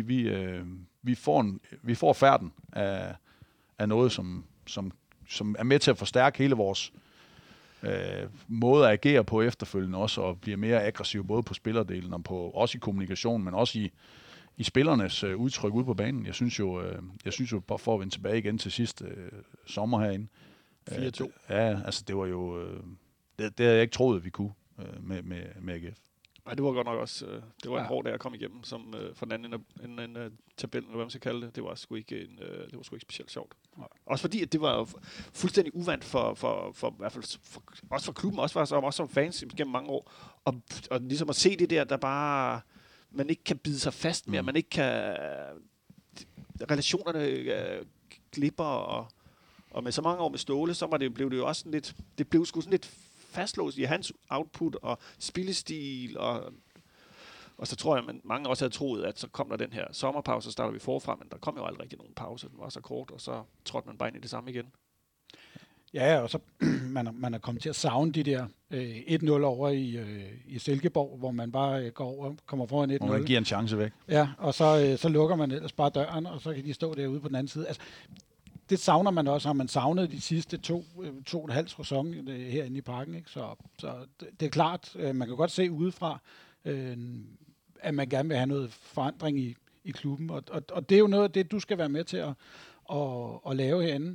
vi får færden af noget, som er med til at forstærke hele vores måde at agere på efterfølgende også, og bliver mere aggressiv både på spillerdelen og også i kommunikation, men også i spillernes udtryk ude på banen. Jeg synes jo, bare for at vende tilbage igen til sidste sommer herinde. 4-2. Ja, altså det var jo... Det havde jeg ikke troet, vi kunne med AGF. Nej, det var godt nok også det var en hård dag at komme igennem, som for den anden ende af tabellen, eller hvad man skal kalde det. Det var sgu ikke specielt sjovt. Nej. Også fordi, at det var fuldstændig uvant for i hvert fald også for klubben, også som fans gennem mange år. Og ligesom at se det der bare man ikke kan bide sig fast mere, man ikke kan relationerne glipper, og med så mange år med Ståle, så blev det jo også sådan lidt, det blev sgu sådan lidt fastlåst i hans output og spillestil, og så tror jeg, at mange også havde troet, at så kom der den her sommerpause, så starter vi forfra, men der kom jo aldrig rigtig nogen pause, den var så kort, og så trådte man bare ind i det samme igen. Ja, og så man er kommet til at savne de der 1-0 over i Silkeborg, hvor man bare går over, kommer foran 1-0. Hvor man giver en chance væk. Ja, og så lukker man ellers bare døren, og så kan de stå derude på den anden side. Altså, det savner man også, har man savnet de sidste 2,5 sæson herinde i parken. Ikke? Så det er klart, man kan godt se udefra, at man gerne vil have noget forandring i klubben. Og det er jo noget af det, du skal være med til at lave herinde.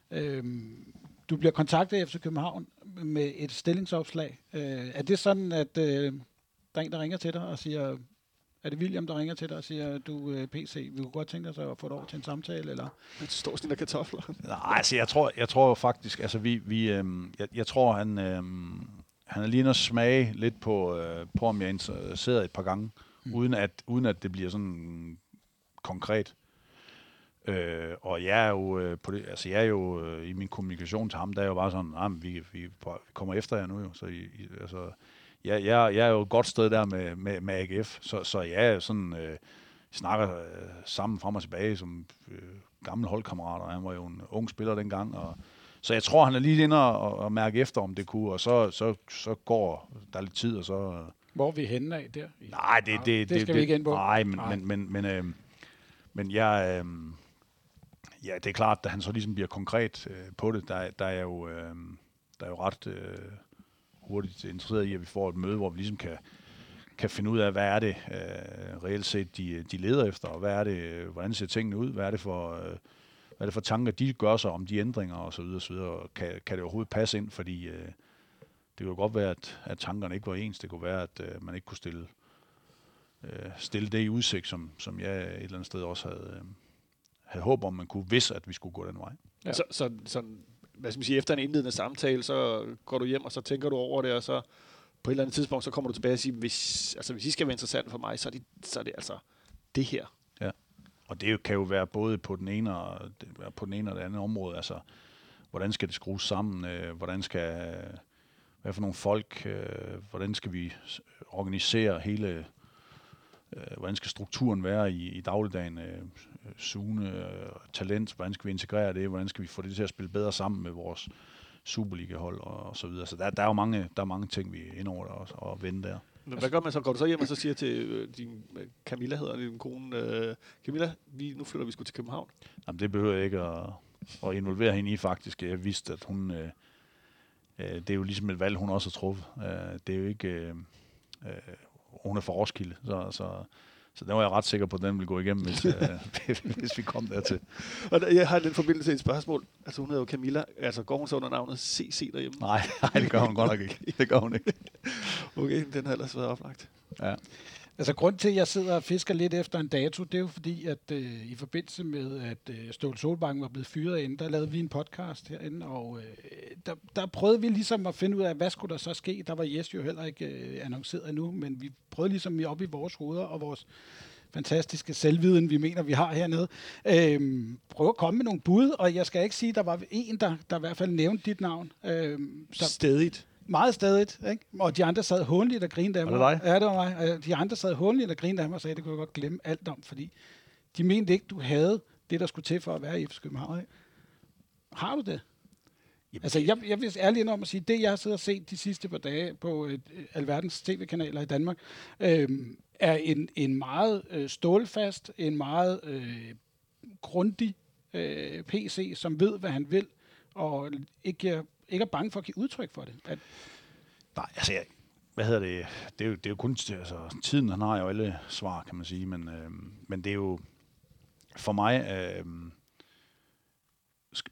Du bliver kontaktet af FC København med et stillingsopslag. Er det sådan, at der er en, der ringer til dig og siger... Er det William, der ringer til dig og siger, du PC, vi kunne godt tænke os at få dig over til en samtale, eller? Det står sådan der kartofler. Nej, altså jeg tror faktisk, altså jeg tror han er lige at smage lidt på om jeg er interesseret et par gange, uden at det bliver sådan konkret. Og jeg er jo på det, altså jeg er jo i min kommunikation til ham, der er jo bare sådan, vi kommer efter jer nu jo, så altså jeg er jo et godt sted der med AGF, så jeg er sådan, snakker sammen frem og tilbage som gamle holdkammerater. Han var jo en ung spiller dengang, så jeg tror, han er lige inde og mærke efter, om det kunne, og så går der lidt tid, og så... Hvor er vi henne af der? Nej, det skal vi ikke ind på. Nej, men jeg... ja, det er klart, at han så ligesom bliver konkret på det. Der er jo ret... hurtigt interesseret i, at vi får et møde, hvor vi ligesom kan finde ud af, hvad er det reelt set, de leder efter, og hvad er det, hvordan ser tingene ud, hvad er det for tanker, de gør sig om de ændringer, og så videre, så videre. Og kan det overhovedet passe ind, fordi det kunne godt være, at tankerne ikke var ens. Det kunne være, at man ikke kunne stille det i udsigt, som jeg et eller andet sted også havde håb om, man kunne, hvis at vi skulle gå den vej. Ja. Så hvad skal man sige, efter en indledende samtale, så går du hjem, og så tænker du over det, og så på et eller andet tidspunkt, så kommer du tilbage og siger, hvis I skal være interessant for mig, så er det altså det her. Ja, og det kan jo være både på den ene og det andet område. Altså, hvordan skal det skrues sammen? Hvad for nogle folk? Hvordan skal vi organisere hele... Hvordan skal strukturen være i dagligdagen? Sune, talent, hvordan skal vi integrere det? Hvordan skal vi få det til at spille bedre sammen med vores Superliga-hold og så videre? Så der er mange ting, vi er inde over og vende der. Men hvad gør man så? Går du så hjem og så siger til din Camilla, hedder din kone, Camilla, nu flytter vi sgu til København? Jamen, det behøver jeg ikke at involvere hende i faktisk. Jeg vidste, at hun... det er jo ligesom et valg, hun også har truffet. Det er jo ikke... hun er fra Roskilde, så den var jeg ret sikker på, at den ville gå igennem, hvis vi kom dertil. Og jeg har den forbindelse til et spørgsmål. Altså hun hedder jo Camilla. Altså går hun så under navnet CC derhjemme? Nej, det gør hun godt nok ikke. Det gør hun ikke. Okay, den har ellers været oplagt. Ja. Altså grund til, at jeg sidder og fisker lidt efter en dato, det er jo fordi, at i forbindelse med, at Ståle Solbakken var blevet fyret ind, der lavede vi en podcast herinde, og der prøvede vi ligesom at finde ud af, hvad skulle der så ske. Der var Jes jo heller ikke annonceret endnu, men vi prøvede ligesom op i vores hoveder og vores fantastiske selvviden, vi mener, vi har hernede. Prøve at komme med nogle bud, og jeg skal ikke sige, at der var en, der i hvert fald nævnte dit navn. Stedigt. Meget stadigt, ikke? Og de andre sad hånligt og grinede af mig. Var det dig? Ja, det var mig. De andre sad hånligt og grinede af mig og sagde, det kunne jeg godt glemme alt om, fordi de mente ikke, du havde det, der skulle til for at være i FC København. Ikke? Har du det? Jamen. Altså, jeg vil ærligt om at sige, det jeg har siddet og set de sidste par dage på alverdens tv-kanaler i Danmark, er en meget stålfast, en meget grundig PC, som ved, hvad han vil, og ikke er bange for at give udtryk for det. Nej, altså, hvad hedder det? Det er jo kun altså, tiden, han har jo alle svar, kan man sige, men det er jo for mig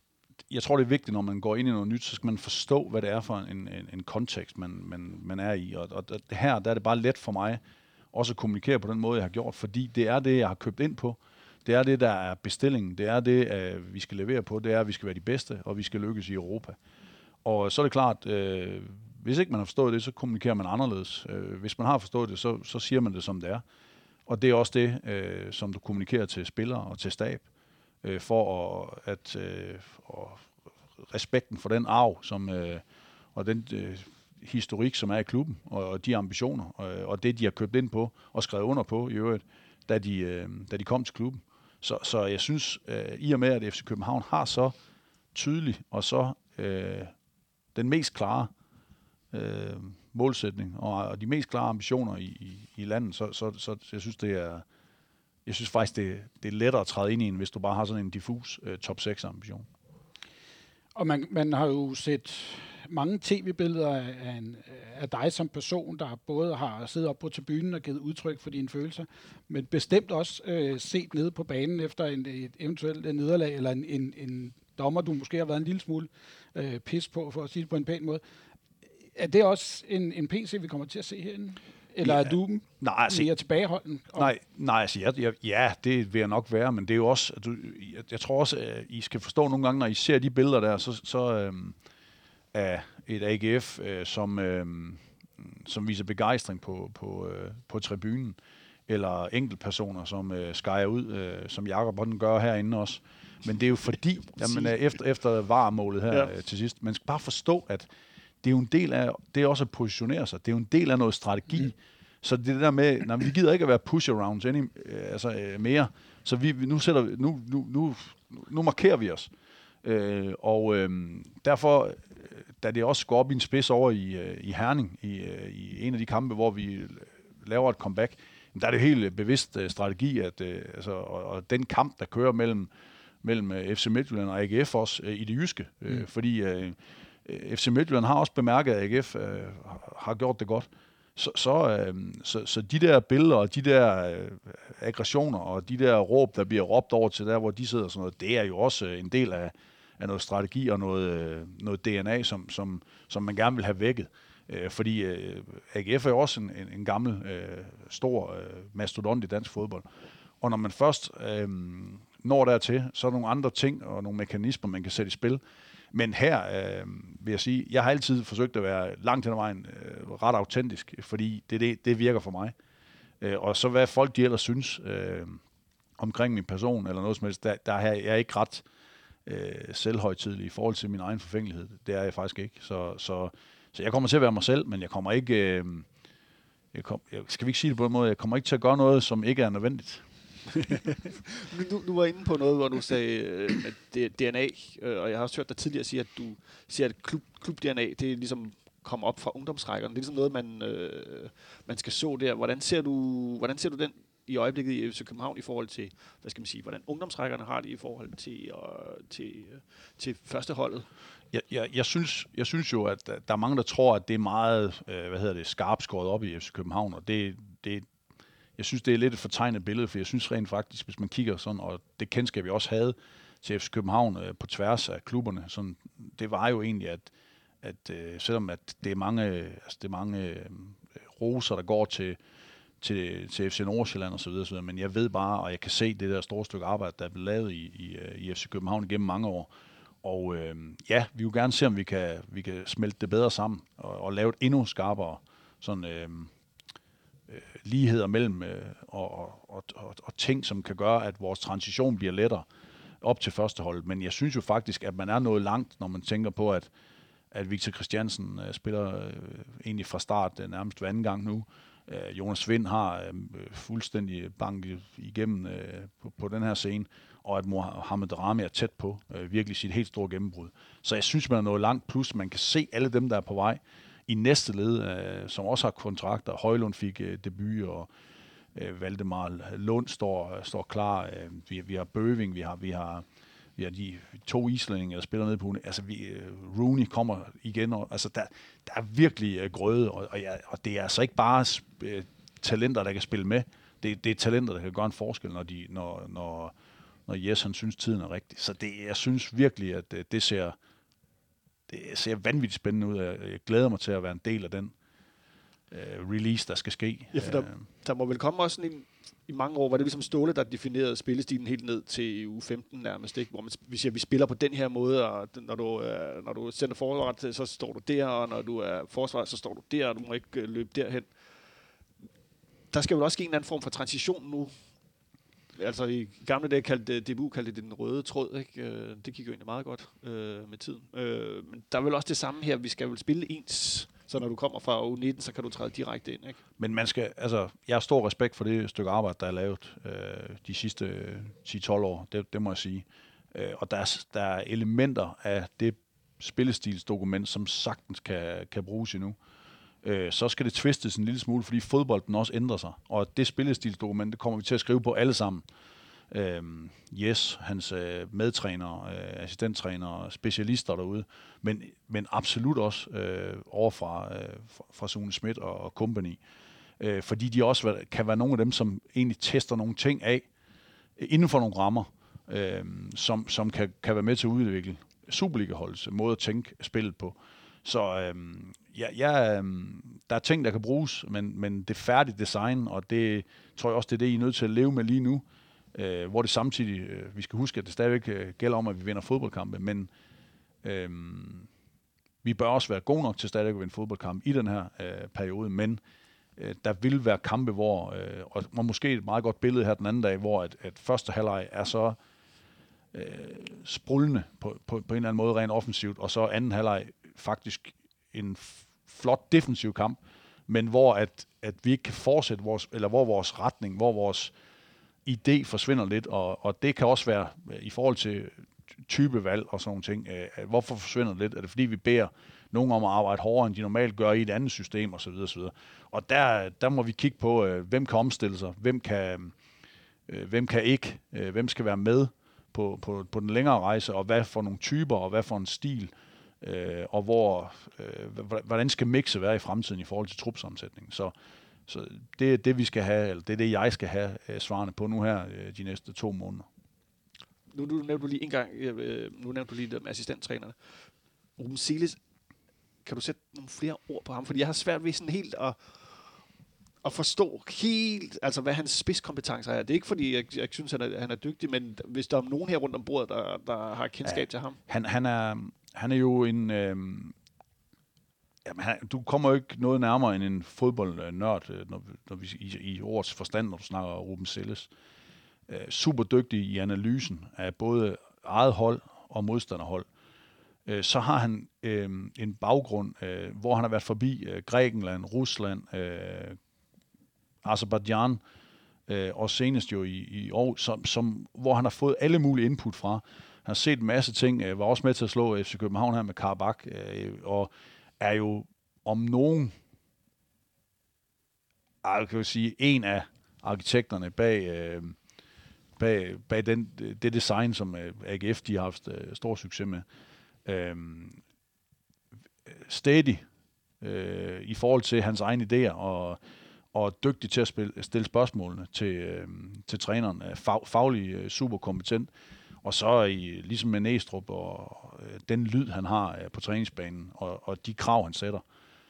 jeg tror, det er vigtigt, når man går ind i noget nyt, så skal man forstå, hvad det er for en kontekst, man er i. Og her der er det bare let for mig også at kommunikere på den måde, jeg har gjort, fordi det er det, jeg har købt ind på. Det er det, der er bestillingen. Det er det, vi skal levere på. Det er, at vi skal være de bedste, og vi skal lykkes i Europa. Og så er det klart, hvis ikke man har forstået det, så kommunikerer man anderledes. Hvis man har forstået det, så siger man det, som det er. Og det er også det, som du kommunikerer til spillere og til stab, for at respekten for den arv, og den historik, som er i klubben, og de ambitioner, og det, de har købt ind på og skrevet under på i øvrigt, da de kom til klubben. Så jeg synes, i og med, at FC København har så tydelig og så den mest klare målsætning og de mest klare ambitioner i landet, så jeg synes, jeg synes faktisk, det er lettere at træde ind i, hvis du bare har sådan en diffus top 6 ambition. Og man har jo set mange tv-billeder af dig som person, der både har siddet op på tribunen og givet udtryk for dine følelser, men bestemt også set nede på banen efter et eventuelt nederlag, eller en dommer, du måske har været en lille smule pis på, for at sige det på en pæn måde. Er det også en PC, vi kommer til at se herinde? Eller er du mere tilbageholden? Nej, altså, ja, det vil jeg nok være, men det er jo også, jeg tror også, at I skal forstå nogle gange, når I ser de billeder der, så af et AGF, som viser begejstring på tribunen, eller enkeltpersoner, som skærer ud, som Jakob Hånden gør herinde også. Men det er jo fordi, efter VAR-målet her til sidst, man skal bare forstå, at det er jo en del af, det er også at positionere sig. Det er jo en del af noget strategi. Så det der med, vi gider ikke at være push-arounds mere. Så nu markerer vi os. Derfor, da det også går op i en spids over i Herning, i en af de kampe, hvor vi laver et comeback, der er det helt bevidst strategi, og den kamp, der kører mellem FC Midtjylland og AGF også i det jyske. Fordi FC Midtjylland har også bemærket, at AGF har gjort det godt. Så de der billeder og de der aggressioner og de der råb, der bliver råbt over til der, hvor de sidder og sådan noget, det er jo også en del af noget strategi og noget DNA, som man gerne vil have vækket. Fordi AGF er jo også en gammel, stor mastodont i dansk fodbold. Og når man først når dertil, så er der nogle andre ting og nogle mekanismer, man kan sætte i spil. Men her vil jeg sige, jeg har altid forsøgt at være langt hen ad vejen ret autentisk, fordi det virker for mig. Og så hvad folk de ellers synes omkring min person eller noget som helst, der er jeg ikke ret selvhøjtidelig i forhold til min egen forfængelighed. Det er jeg faktisk ikke. Så jeg kommer til at være mig selv, men jeg kommer ikke... skal vi ikke sige det på en måde? Jeg kommer ikke til at gøre noget, som ikke er nødvendigt. Nu var inde på noget, hvor du sagde at DNA, og jeg har også hørt dig tidligere sige, at du siger, at klub-DNA, det er ligesom kommer op fra ungdomsrækkerne. Det er ligesom noget, man skal så der. Hvordan ser du den i øjeblikket i FC København i forhold til, hvad skal man sige, hvordan ungdomsrækkerne har det i forhold til førsteholdet? Jeg synes jo, at der er mange, der tror, at det er meget skarpt skåret op i FC København, og jeg synes, det er lidt et fortegnet billede, for jeg synes rent faktisk, hvis man kigger sådan, og det kendskab, vi også havde til FC København på tværs af klubberne, sådan, det var jo egentlig, at selvom at det er mange roser, der går til FC Nordsjælland og så videre, men jeg ved bare, og jeg kan se det der store stykke arbejde, der er blevet lavet i FC København gennem mange år. Og vi vil gerne se, om vi kan smelte det bedre sammen og lave et endnu skarpere sådan ligheder mellem og ting, som kan gøre, at vores transition bliver lettere op til førsteholdet. Men jeg synes jo faktisk, at man er nået langt, når man tænker på, at Victor Christiansen spiller egentlig fra start nærmest hver anden gang nu. Jonas Vind har fuldstændig banket igennem på den her scene, og at Mohamed Rami er tæt på virkelig sit helt store gennembrud. Så jeg synes, man er nået langt, plus man kan se alle dem, der er på vej i næste led, som også har kontrakter. Højlund fik debut, og Valdemar Lund står klar. Vi har Bøving, vi har de 2 islændinge, der spiller nede på Uni. Altså, Rooney kommer igen. Altså, der er virkelig grøde, og det er altså ikke bare talenter, der kan spille med. Det er talenter, der kan gøre en forskel, når Jes han synes, tiden er rigtig. Så jeg synes virkelig, at det ser vanvittigt spændende ud. Jeg glæder mig til at være en del af den release, der skal ske. Ja, for der må vel komme også sådan en, i mange år, var det ligesom Ståle, der definerede spillestilen helt ned til uge 15 nærmest, ikke? Hvor vi siger, vi spiller på den her måde, og når du sender forsvaret, så står du der, og når du er forsvaret, så står du der, og du må ikke løbe derhen. Der skal vel også ske en anden form for transition nu. Altså i gamle dage kaldte det den røde tråd, ikke? Det gik jo egentlig meget godt med tiden. Men der er vel også det samme her, vi skal vel spille ens. Så når du kommer fra U19, så kan du træde direkte ind, ikke? Men jeg har stor respekt for det stykke arbejde, der er lavet de sidste 10-12 år, det må jeg sige. Og der er elementer af det spillestilsdokument, som sagtens kan bruges endnu. Så skal det twistes en lille smule, fordi fodbolden også ændrer sig. Og det spillestilsdokument, det kommer vi til at skrive på alle sammen. Yes, hans medtrænere, assistenttrænere, specialister derude, men absolut også over fra Sune Schmidt og company. Fordi de også kan være nogle af dem, som egentlig tester nogle ting af inden for nogle rammer, som kan være med til at udvikle Superliga-holdets måde at tænke spillet på. Så der er ting, der kan bruges, men det færdige design, og det tror jeg også, det er det, I er nødt til at leve med lige nu, hvor det samtidig, vi skal huske, at det stadigvæk gælder om, at vi vinder fodboldkampe, men vi bør også være gode nok til stadigvæk at vinde fodboldkampe i den her periode, men der vil være kampe, og måske et meget godt billede her den anden dag, hvor at første halvleg er så sprullende på en eller anden måde rent offensivt, og så anden halvleg faktisk en flot defensiv kamp, men hvor at vi ikke kan fortsætte hvor vores retning, hvor vores idé forsvinder lidt, og det kan også være i forhold til typevalg og sådan nogle ting. Hvorfor forsvinder det lidt? Er det fordi, vi beder nogen om at arbejde hårdere, end de normalt gør i et andet system, osv. osv. Og der må vi kigge på, hvem kan omstille sig, hvem kan ikke, hvem skal være med på den længere rejse, og hvad for nogle typer, og hvad for en stil, og hvordan skal mixet være i fremtiden i forhold til trupsammensætningen. Så det er det, vi skal have, eller det er det, jeg skal have svarene på nu her de næste 2 måneder. Nu nævnte du lige en gang, nu nævnte du lige det med assistenttrænerne. Ruben Seeles, kan du sætte nogle flere ord på ham? Fordi jeg har svært ved sådan helt at forstå helt, altså hvad hans spidskompetencer er. Det er ikke fordi, jeg synes, han er dygtig, men hvis der er nogen her rundt om bordet, der har kendskab til ham. Han er jo en... du kommer jo ikke noget nærmere end en fodboldnørd, når vi i ordets forstand, når du snakker Ruben Seeles. Super dygtig i analysen af både eget hold og modstanderhold. Så har han en baggrund, hvor han har været forbi Grækenland, Rusland, Aserbajdsjan, og senest jo i år, hvor han har fået alle mulige input fra. Han har set en masse ting, var også med til at slå FC København her med Karabakh, og er jo om nogen, jeg kan jo sige, en af arkitekterne bag det design, som AGF de har haft stor succes med. Steady i forhold til hans egne idéer, og dygtig til at stille spørgsmålene til træneren. Faglig super kompetent. Og så ligesom med Næstrup og den lyd, han har på træningsbanen, og de krav, han sætter,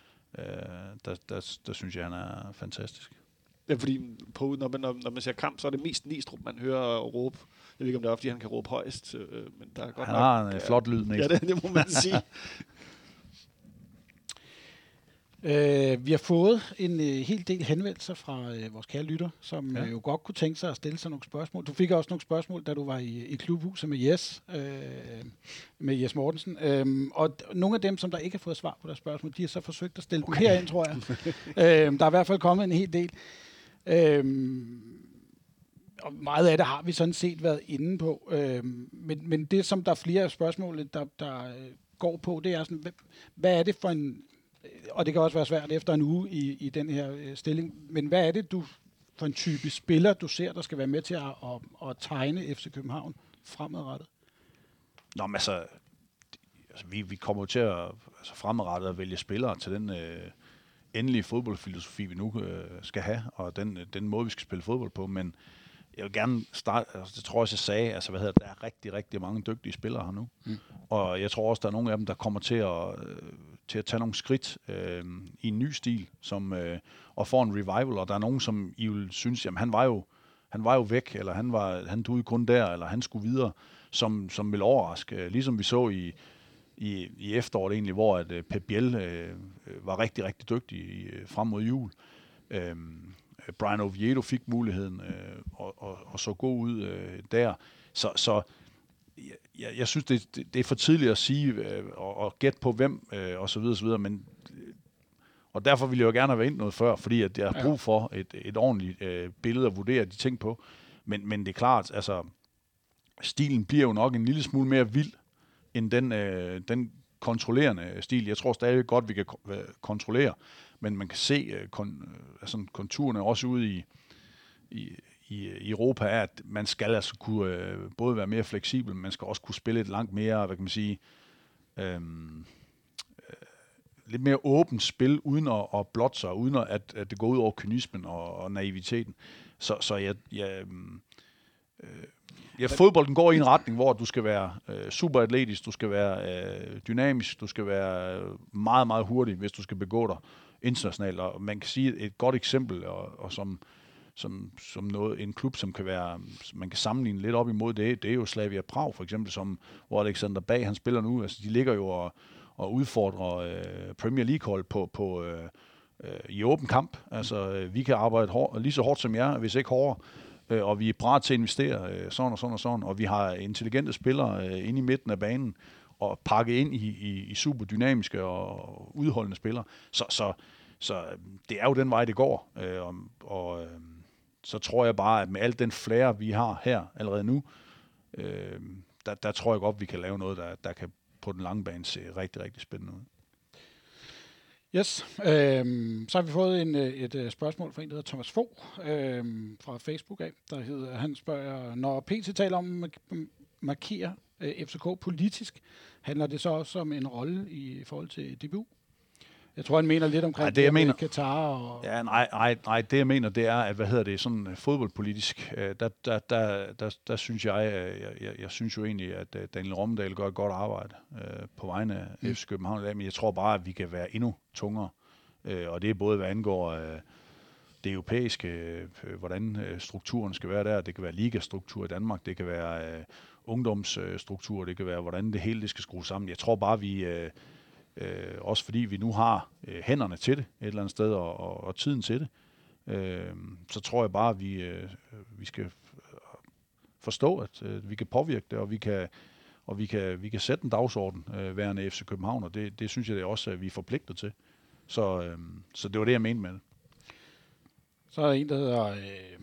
der synes jeg, han er fantastisk. Ja, fordi når man ser kamp, så er det mest Næstrup, man hører råbe. Jeg ved ikke, om det er, fordi han kan råbe højst, men der er godt han har en flot lyd, Næstrup. Ja, det må man sige. Vi har fået en hel del henvendelser fra vores kære lytter, som jo godt kunne tænke sig at stille sig nogle spørgsmål. Du fik også nogle spørgsmål, da du var i klubhuset med Jes Mortensen. Og nogle af dem, som der ikke har fået svar på deres spørgsmål, de har så forsøgt at stille dem herind, tror jeg. Der er i hvert fald kommet en hel del. Og meget af det har vi sådan set været inde på. Men det, som der er flere af spørgsmål, der går på, det er sådan, hvad er det for en... Og det kan også være svært efter en uge i den her stilling. Men hvad er det for en type spiller, du ser, der skal være med til at tegne FC København fremadrettet? Nå, men altså vi kommer jo til at fremadrettet at vælge spillere til den endelige fodboldfilosofi, vi nu skal have, og den måde, vi skal spille fodbold på. Men jeg vil gerne starte, altså, det tror jeg også, jeg sagde, altså, der er rigtig, rigtig mange dygtige spillere her nu. Og jeg tror også, der er nogle af dem, der kommer til at tage nogle skridt i en ny stil, og får en revival, og der er nogen, som I vil synes, jamen han var jo væk, eller han duede kun der, eller han skulle videre, som vil overraske. Ligesom vi så i efteråret egentlig, hvor at Pep Biel var rigtig, rigtig dygtig frem mod jul. Brian Oviedo fik muligheden og så god ud der. Så jeg synes, det er for tidligt at sige og gætte på hvem og så videre, men og derfor ville jeg jo gerne have været ind noget før, fordi at jeg har brug for et ordentligt billede at vurdere de ting på. Men det er klart, altså stilen bliver jo nok en lille smule mere vild end den kontrollerende stil. Jeg tror stadig godt, vi kan kontrollere, men man kan se konturerne også ude i Europa, er, at man skal altså kunne både være mere fleksibel, men man skal også kunne spille et langt mere, hvad kan man sige, lidt mere åbent spil, uden at blotte sig, uden at det går ud over kynismen og naiviteten. Så fodbolden går i en retning, hvor du skal være superatletisk, du skal være dynamisk, du skal være meget, meget hurtig, hvis du skal begå dig internationalt. Og man kan sige et godt eksempel, og som noget, en klub, som kan være, man kan sammenligne lidt op imod det er jo Slavia Prag, for eksempel, hvor Alexander Bag, han spiller nu. Altså, de ligger jo og udfordrer Premier League-hold på i åben kamp. Altså, vi kan arbejde lige så hårdt som jer, hvis ikke hårdere. Og vi er parat til at investere sådan, og vi har intelligente spillere inde i midten af banen, og pakke ind i super dynamiske og udholdende spillere. Så det er jo den vej, det går. Så tror jeg bare, at med al den flair, vi har her allerede nu, der tror jeg godt, vi kan lave noget, der kan på den lange bane se rigtig, rigtig spændende ud. Yes. Så har vi fået et spørgsmål fra en, der hedder Thomas Fogh fra Facebook af. Han spørger, når PT taler om at markere FCK politisk, handler det så også om en rolle i forhold til DBU? Jeg tror, han mener lidt omkring det med Katar og... Ja, nej, det jeg mener, det er, at sådan fodboldpolitisk, der synes jeg synes jo egentlig, at Daniel Rommedal gør et godt arbejde på vegne af FC København, men jeg tror bare, at vi kan være endnu tungere, og det er både, hvad angår det europæiske, hvordan strukturen skal være der, det kan være ligastruktur i Danmark, det kan være ungdomsstruktur, det kan være, hvordan det hele det skal skrues sammen. Jeg tror bare, vi... også fordi vi nu har hænderne til det et eller andet sted, og tiden til det, så tror jeg bare, at vi skal forstå, at vi kan påvirke det, og vi kan sætte en dagsorden værende FC København, og det synes jeg det også, at vi er forpligtet til. Så det var det, jeg mente med det. Så er der en, der hedder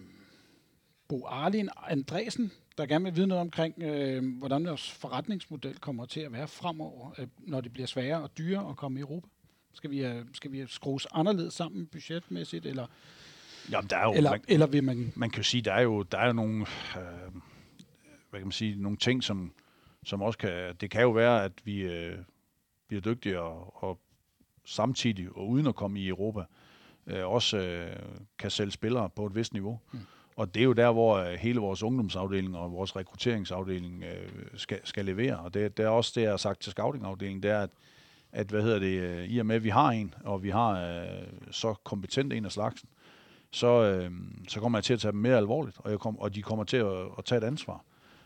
Bo Arlin Andresen, der gerne vil vide noget omkring, hvordan vores forretningsmodel kommer til at være fremover, når det bliver sværere og dyrere at komme i Europa. Skal vi skrues anderledes sammen budgetmæssigt, eller? Jamen, der er jo, eller vil man... Man kan jo sige, der er jo nogle, hvad kan man sige, nogle ting, som også kan... Det kan jo være, at vi bliver dygtigere og samtidig, og uden at komme i Europa, også kan sælge spillere på et vist niveau. Og det er jo der, hvor hele vores ungdomsafdeling og vores rekrutteringsafdeling skal levere. Og det er også det, jeg har sagt til scoutingafdelingen, det er, at i og med, at vi har en, og vi har så kompetent en af slagsen, så kommer jeg til at tage dem mere alvorligt, og de kommer til at tage et ansvar.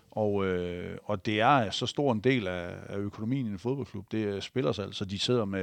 Og det er så stor en del af økonomien i en fodboldklub. Det spiller sig altså, de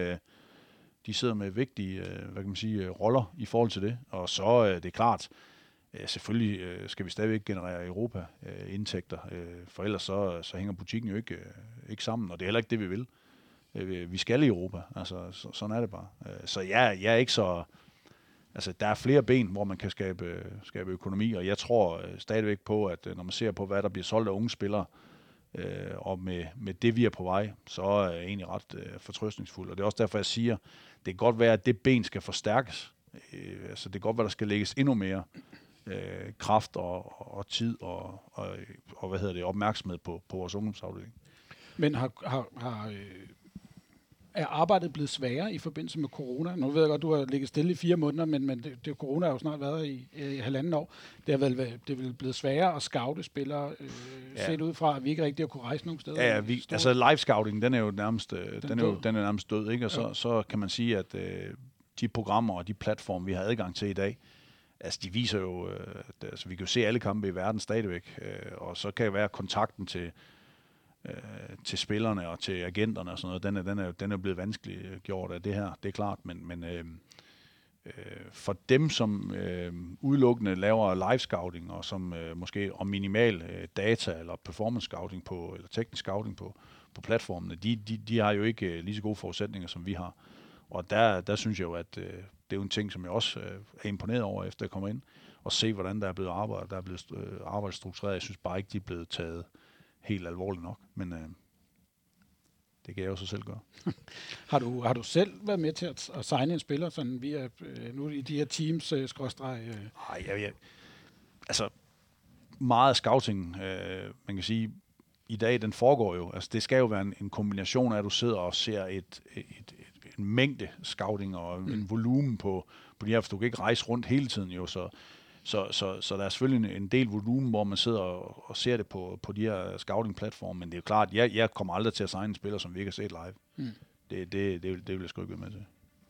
sidder med vigtige, hvad kan man sige, roller i forhold til det. Og så det er klart, selvfølgelig skal vi stadigvæk generere Europa-indtægter, for ellers så hænger butikken jo ikke sammen, og det er heller ikke det, vi vil. Vi skal i Europa, altså sådan er det bare. Så jeg er ikke så... Altså, der er flere ben, hvor man kan skabe økonomi, og jeg tror stadigvæk på, at når man ser på, hvad der bliver solgt af unge spillere, og med det, vi er på vej, så er jeg egentlig ret fortrøstningsfuld. Og det er også derfor, jeg siger, det kan godt være, at det ben skal forstærkes. Altså, det kan godt være, der skal lægges endnu mere kraft og tid og opmærksomhed på vores ungdomsafdeling. Men er arbejdet blevet sværere i forbindelse med corona? Nu ved jeg godt, du har ligget stille i 4 måneder, men corona har jo snart været i 1,5 år. Det er vel blevet sværere at scoute spillere, set ud fra, at vi ikke rigtig har kunne rejse nogen steder. Ja, altså live scouting, den er jo nærmest, den er nærmest død, ikke? Og så kan man sige, at de programmer og de platforme, vi har adgang til i dag, altså de viser jo, altså vi kan jo se alle kampe i verden stadigvæk, og så kan det være kontakten til spillerne og til agenterne og sådan noget, den er blevet vanskeligt gjort af det her, det er klart, men for dem, som udelukkende laver live scouting, og som måske om minimal data eller performance scouting eller teknisk scouting på platformene, de har jo ikke lige så gode forudsætninger, som vi har. Og der synes jeg jo, at det er jo en ting, som jeg også er imponeret over, efter jeg kommer ind, og se, hvordan der er blevet arbejdet, der er blevet arbejdet struktureret. Jeg synes bare ikke, de er blevet taget helt alvorligt nok, men det kan jeg jo så selv gøre. Har du selv været med til at signe en spiller, sådan via nu i de her teams Nej, altså meget scouting, man kan sige, i dag, den foregår jo. Altså det skal jo være en kombination af, at du sidder og ser en mængde scouting og en volumen på de her, for du kan ikke rejse rundt hele tiden jo, så der er selvfølgelig en del volumen, hvor man sidder og ser det på de her scouting-platforme, men det er jo klart, jeg kommer aldrig til at signe en spiller, som vi ikke har set live. Det vil jeg sgu ikke være med til.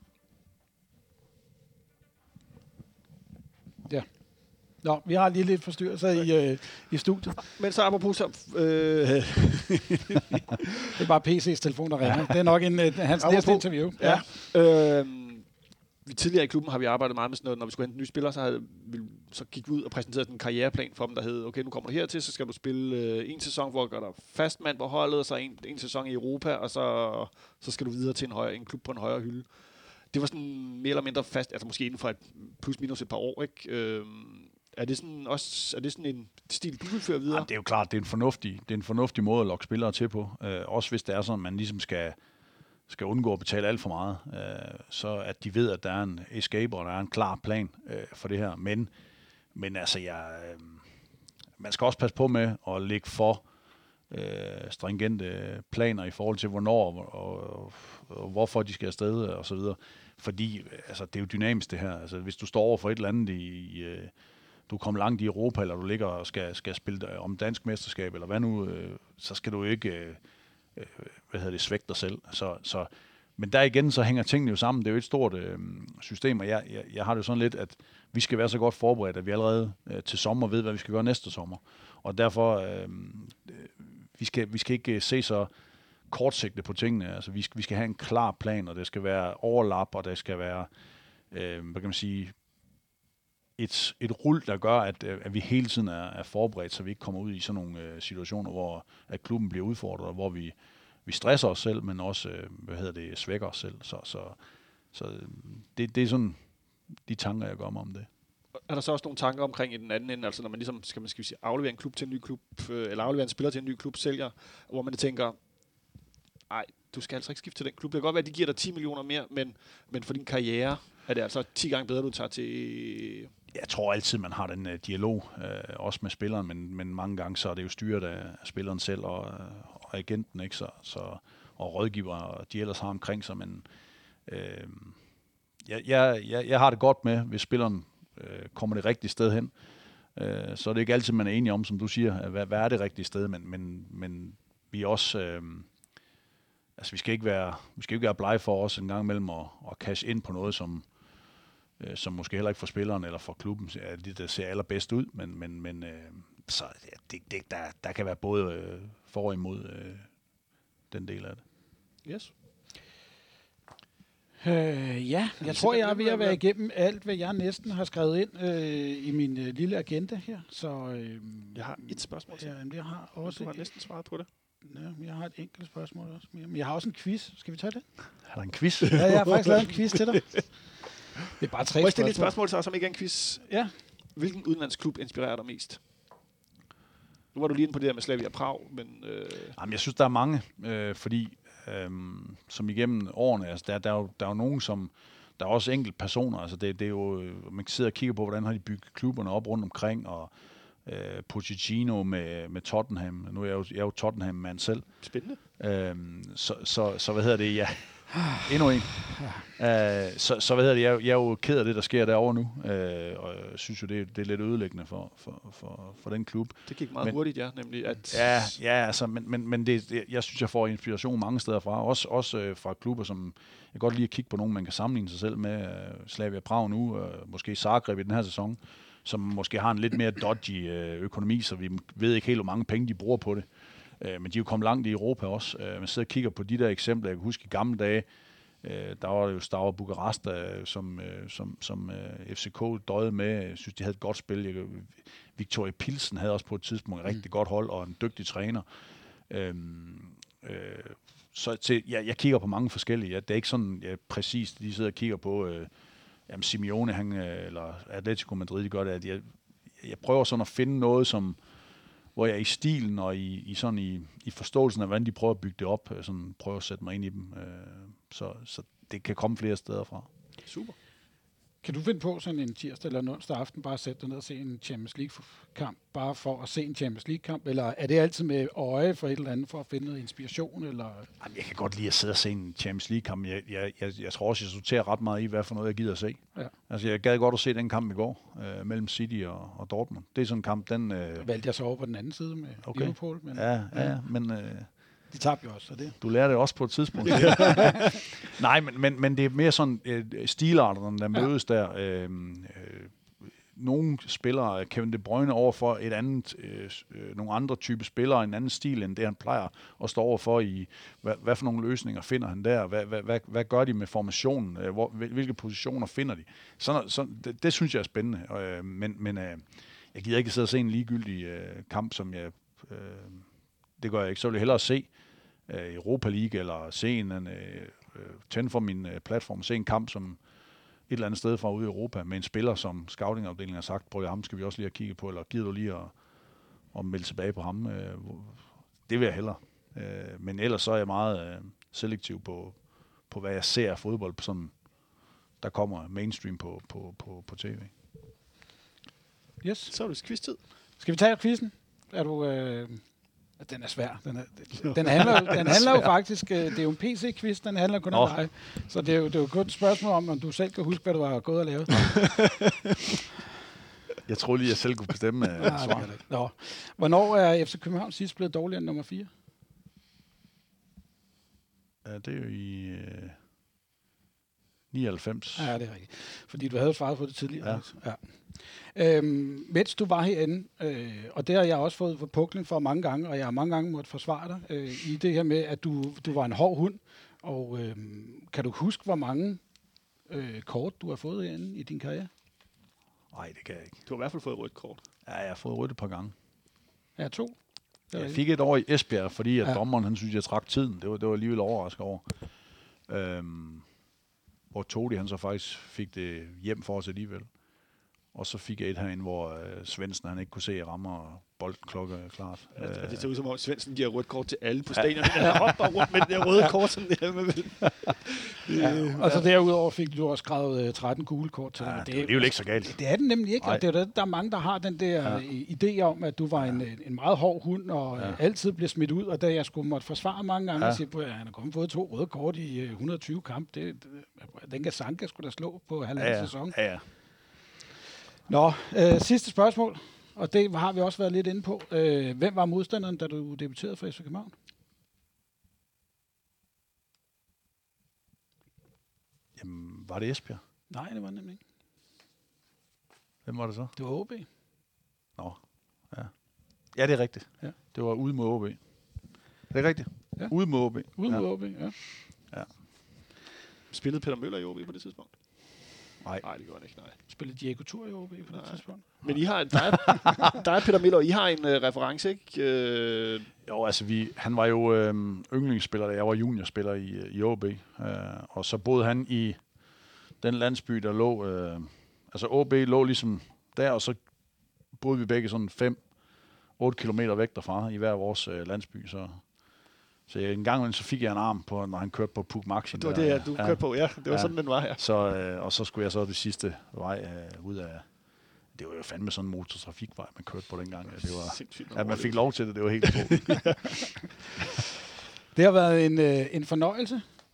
Ja. Nå, vi har lige lidt forstyrrelser i studiet. Men så apropos så... Det er bare PC's telefon, der ringer. Det er nok hans næste interview. Ja. Vi tidligere i klubben har vi arbejdet meget med sådan noget, når vi skulle hente nye spillere, så gik vi ud og præsenterede sådan en karriereplan for dem, der hed, okay, nu kommer du hertil, så skal du spille en sæson, hvor du gør dig fastmand på holdet, og så en sæson i Europa, og så skal du videre til en klub på en højere hylde. Det var sådan mere eller mindre fast, altså måske inden for et plus minus et par år, ikke? Er det sådan en stil, du vil føre videre? Jamen, det er jo klart, det er en fornuftig måde at lokke spillere til på. Også hvis det er sådan, at man ligesom skal undgå at betale alt for meget, så at de ved, at der er en escape, og der er en klar plan for det her. Men altså, man skal også passe på med at lægge for stringente planer i forhold til, hvornår og hvorfor de skal afsted og så videre. Fordi altså, det er jo dynamisk det her. Altså, hvis du står over for et eller andet du kommer langt i Europa, eller du ligger og skal spille om dansk mesterskab, eller hvad nu, så skal du ikke svække dig selv. Men der igen, så hænger tingene jo sammen. Det er jo et stort system, og jeg har det jo sådan lidt, at vi skal være så godt forberedt, at vi allerede til sommer ved, hvad vi skal gøre næste sommer. Og derfor, vi skal ikke se så kortsigtet på tingene. Altså, vi skal have en klar plan, og det skal være overlap, og det skal være, hvad kan man sige, et rul, der gør, at vi hele tiden er forberedt, så vi ikke kommer ud i sådan nogle situationer, hvor at klubben bliver udfordret, og hvor vi stresser os selv, men også svækker os selv. Så det er sådan de tanker, jeg gør mig om det. Er der så også nogle tanker omkring i den anden ende, altså når man ligesom skal sige, aflevere en klub til en ny klub, eller aflevere en spiller til en ny klub, sælger, hvor man tænker, nej, du skal altså ikke skifte til den klub. Det kan godt være, at de giver dig 10 millioner mere, men for din karriere er det altså 10 gange bedre, du tager til... Jeg tror altid, man har den dialog, også med spilleren, men mange gange så er det jo styret af spilleren selv og agenten, ikke? Og rådgiver, og de ellers har omkring sig, men jeg har det godt med, hvis spilleren kommer det rigtige sted hen. Så er det ikke altid, man er enig om, som du siger, hvad er det rigtige sted, men vi er også... Altså, vi skal ikke være blege for os en gang imellem at cash ind på noget, som måske heller ikke for spilleren eller for klubben er det, der ser allerbedst ud, men så der kan være både for og imod den del af det. Yes. Jeg tror, jeg er ved at være igennem alt, hvad jeg næsten har skrevet ind i min lille agenda her. Så, jeg har et spørgsmål til. Ja, jeg har også... Du har næsten svaret på det. Ja, jeg har et enkelt spørgsmål også. Men jeg har også en quiz. Skal vi tage det? Har der en quiz? Ja, jeg har faktisk lavet en quiz til dig. Det er bare 3 spørgsmål. Må jeg stille et spørgsmål så, som ikke er en quiz? Ja. Hvilken udenlandsklub inspirerer dig mest? Nu var du lige inde på det der med Slavia Prag, men... Jamen, jeg synes, der er mange, fordi som igennem årene, altså, der er jo nogen, som... Der er også enkelte personer, altså det er jo... Man kan sidde og kigge på, hvordan har de bygget klubberne op rundt omkring, og Pochettino med Tottenham. Nu er jeg jo Tottenham-mand selv. Spændende. Så hvad hedder det? Endnu en. Så hvad hedder det? Jeg er jo ked af det, der sker derovre nu, og jeg synes jo, det er lidt ødelæggende for den klub. Det gik meget hurtigt, ja, nemlig at... Ja, altså, men jeg synes, jeg får inspiration mange steder fra, også fra klubber, som jeg godt lide at kigge på nogen, man kan sammenligne sig selv med. Slavia Prag nu, måske Zagreb i den her sæson, som måske har en lidt mere dodgy økonomi, så vi ved ikke helt, hvor mange penge de bruger på det. Men de er jo kommet langt i Europa også. Man sidder og kigger på de der eksempler. Jeg kan huske i gamle dage, der var det jo Steaua Bukarest, som FCK døjede med. Jeg synes, de havde et godt spil. Victoria Pilsen havde også på et tidspunkt et rigtig godt hold og en dygtig træner. Så jeg kigger på mange forskellige. Det er ikke sådan præcis, de sidder og kigger på Simeone eller Atletico Madrid, de gør det. At jeg prøver sådan at finde noget, hvor jeg i stilen og i forståelsen af, hvordan de prøver at bygge det op, sådan prøver at sætte mig ind i dem. Så det kan komme flere steder fra. Super. Kan du finde på sådan en tirsdag eller en onsdag aften, bare sætte dig ned og se en Champions League-kamp, bare for at se en Champions League-kamp, eller er det altid med øje for et eller andet, for at finde noget inspiration? Eller? Jamen, jeg kan godt lide at sidde og se en Champions League-kamp. Jeg tror også, jeg sorterer ret meget i, hvad for noget jeg gider at se. Ja. Altså, jeg gad godt at se den kamp i går, mellem City og Dortmund. Det er sådan en kamp, den... Valgte jeg så over på den anden side med Liverpool. Men, ja, men... de tabte jo også, så det. Du lærer det også på et tidspunkt. Nej, men det er mere sådan stilarterne, der mødes der. Nogle spillere, Kevin De Bruyne over for et andet, nogle andre type spillere, en anden stil, end det han plejer at stå over for i, hvad for nogle løsninger finder han der, hvad gør de med formationen, hvilke positioner finder de. Det synes jeg er spændende, men jeg gider ikke sidde og se en ligegyldig kamp, som jeg... det gør jeg ikke. Så vil jeg hellere se Europa League, eller se tænde for min platform, se en kamp, som et eller andet sted fra ude i Europa, med en spiller, som scoutingafdelingen har sagt, prøv ham skal vi også lige at kigge på, eller gider du lige at melde tilbage på ham? Det vil jeg hellere. Men ellers så er jeg meget selektiv på, hvad jeg ser af fodbold, som der kommer mainstream på tv. Yes. Så er det quiz-tid. Skal vi tage quizzen? Er du... Den er svær. Den handler jo faktisk... Det er jo en PC-quiz, den handler kun om dig. Så det er jo kun et spørgsmål om du selv kan huske, hvad du har gået og lavet. Jeg tror lige, jeg selv kunne bestemme svar. Nå. Hvornår er FC København sidst blevet dårligere end nummer 4? Ja, det er jo i 99. Ja, det er rigtigt. Fordi du havde svaret på det tidligere. Ja. Mens du var herinde, og det har jeg også fået for puklen for mange gange, og jeg har mange gange måtte forsvare dig i det her med, at du var en hård hund. Og kan du huske, hvor mange kort du har fået herinde i din karriere? Nej, det kan jeg ikke. Du har i hvert fald fået rødt kort. Ja, jeg har fået rødt et par gange. Ja, 2. Jeg fik et år i Esbjerg, fordi at dommeren, han synes, jeg trak tiden. Det var alligevel overrasket over. Hvor Todi, han så faktisk fik det hjem for os alligevel. Og så fik jeg et herinde, hvor Svendsen, han ikke kunne se, at jeg rammer bolden klokke klart. Ja, det ser ud som om, Svendsen giver rødt kort til alle på stadion. Han hopper rundt med det røde kort, sådan der. Og så derudover fik du også skrevet 13 gule kort til dig. Ja, det er jo ikke så galt. Det er den nemlig ikke. Og det er der er mange, der har den der idé om, at du var en meget hård hund, og altid blev smidt ud. Og da jeg skulle måtte forsvare mange gange, og sige, at han har kun fået 2 røde kort i 120 kamp, den kan Sanka skulle da slå på halvanden sæson. Ja. Nå, sidste spørgsmål, og det har vi også været lidt inde på. Hvem var modstanderen, da du debuterede for FC København? Jamen, var det Esbjerg? Nej, det var nemlig ikke. Hvem var det så? Det var OB. Nå, ja. Ja, det er rigtigt. Ja. Det var ude mod OB. Det er rigtigt. Ja. Ude mod OB. Ude mod OB, ja. Spillede Peter Møller i OB på det tidspunkt? Nej, det gjorde han ikke, nej. Spillede Diego Tur i OB på det tidspunkt? Men I har der er Peter Møller, og I har en reference, ikke? Jo, altså han var jo yndlingsspiller, da jeg var juniorspiller i OB. Og så boede han i den landsby, der lå... altså OB lå ligesom der, og så boede vi begge sådan 5-8 kilometer væk derfra i hver vores landsby, så en gang så fik jeg en arm på, når han kørte på Puk Maxi. Det var det, du kørte på, ja. Det var sådan, den var, ja. Så, og så skulle jeg så det sidste vej ud af... Det var jo fandme sådan en motortrafikvej, man kørte på dengang. Det var, man fik lov til det, det var helt på. Det har været en fornøjelse.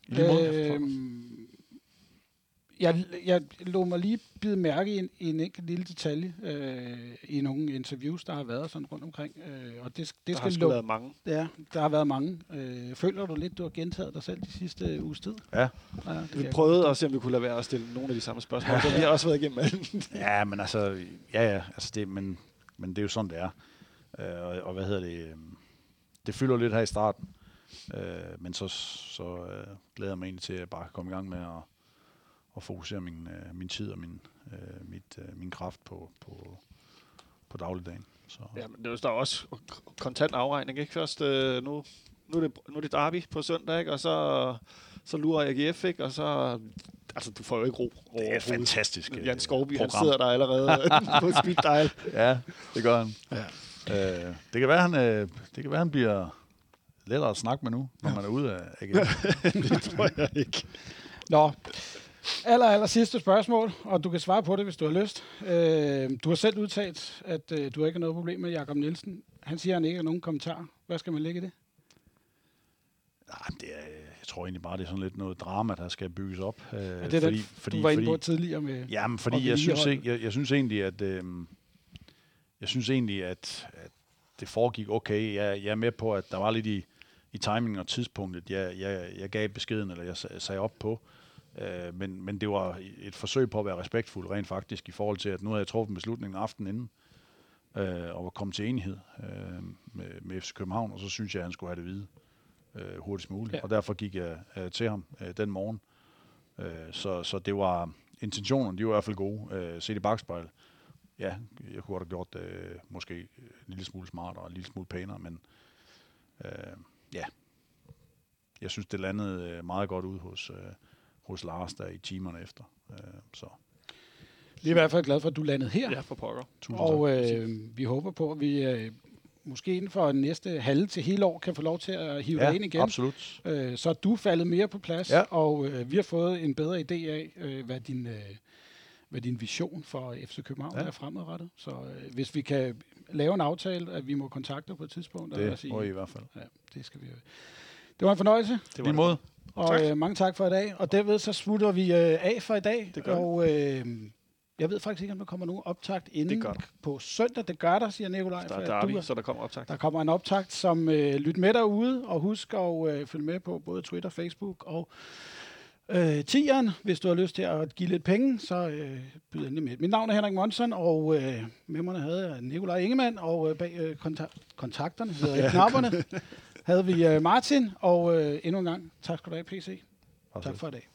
Jeg lå mig lige bide mærke i en enkelt lille detalje i nogle interviews, der har været sådan rundt omkring. Og det Der skal har været mange. Ja, der har været mange. Føler du lidt, du har gentaget dig selv de sidste uges tid? Ja. Vi prøvede at se, om vi kunne lade være at stille nogle af de samme spørgsmål, så vi har også været igennem alle. Ja, men altså, altså det, men det er jo sådan, det er. Og hvad hedder det? Det fylder lidt her i starten. Men så glæder jeg mig egentlig til at bare komme i gang med at fokusere min tid og min kraft på dagligdagen. Så. Ja, men der er også kontant afregning, ikke? Først nu er det derby på søndag, ikke? Og så lurer AGF, ikke? Og så altså du får jo ikke ro over. Det er fantastisk. Jan Skovby, program. Han sidder der allerede på speed dial. Ja, det gør han. Ja. Det kan være han bliver lettere at snakke med nu, når man er ude af AGF. Det tror jeg ikke. Nå, aller sidste spørgsmål, og du kan svare på det, hvis du har lyst. Du har selv udtalt, at du ikke har noget problem med Jakob Nielsen. Han siger, at han ikke har nogen kommentar. Hvad skal man lægge i det? Nej, jeg tror egentlig bare, det er sådan lidt noget drama, der skal bygges op. Det er fordi, du var inde på tidligere med... Jamen, fordi jeg synes egentlig, at det foregik okay. Jeg er med på, at der var lidt i timingen og tidspunktet, jeg gav beskeden, eller jeg sagde op på. Men det var et forsøg på at være respektfuld rent faktisk, i forhold til, at nu havde jeg truffet en beslutning aftenen inden, og var kommet til enighed med FC København, og så synes jeg, at han skulle have det vide hurtigst muligt. Ja. Og derfor gik jeg til ham den morgen. Så det var intentionerne, de var i hvert fald gode. Set i bagspejl. Ja, jeg kunne godt have gjort det måske en lille smule smartere og en lille smule pænere, men ja, jeg synes, det landede meget godt ud hos Lars der i timerne efter. Så. Vi er i hvert fald glade for, at du landede her. Ja, for pokker. Og vi håber på, at vi måske inden for næste halve til hele år kan få lov til at hive dig ind igen. Absolut. Så er du faldet mere på plads, og vi har fået en bedre idé af, hvad din vision for FC København er fremadrettet. Så hvis vi kan lave en aftale, at vi må kontakte dig på et tidspunkt. Det må I hvert fald. Ja, det skal vi. Det var en fornøjelse. Det var måde. Og mange tak for i dag. Og derved så smutter vi af for i dag. Det gør og jeg ved faktisk ikke, om der kommer nogen optakt inden på søndag. Det gør der, siger Nikolaj. Så der kommer optakt. Der kommer en optagt, som lyt med derude, og husk at følge med på både Twitter, Facebook og tieren. Hvis du har lyst til at give lidt penge, så byd endelig med. Mit navn er Henrik Monson, og med mig havde jeg Nikolaj Ingemann, og bag kontakterne, hedder knapperne, havde vi Martin, og endnu en gang, tak skal du have, PC. Tak for i dag.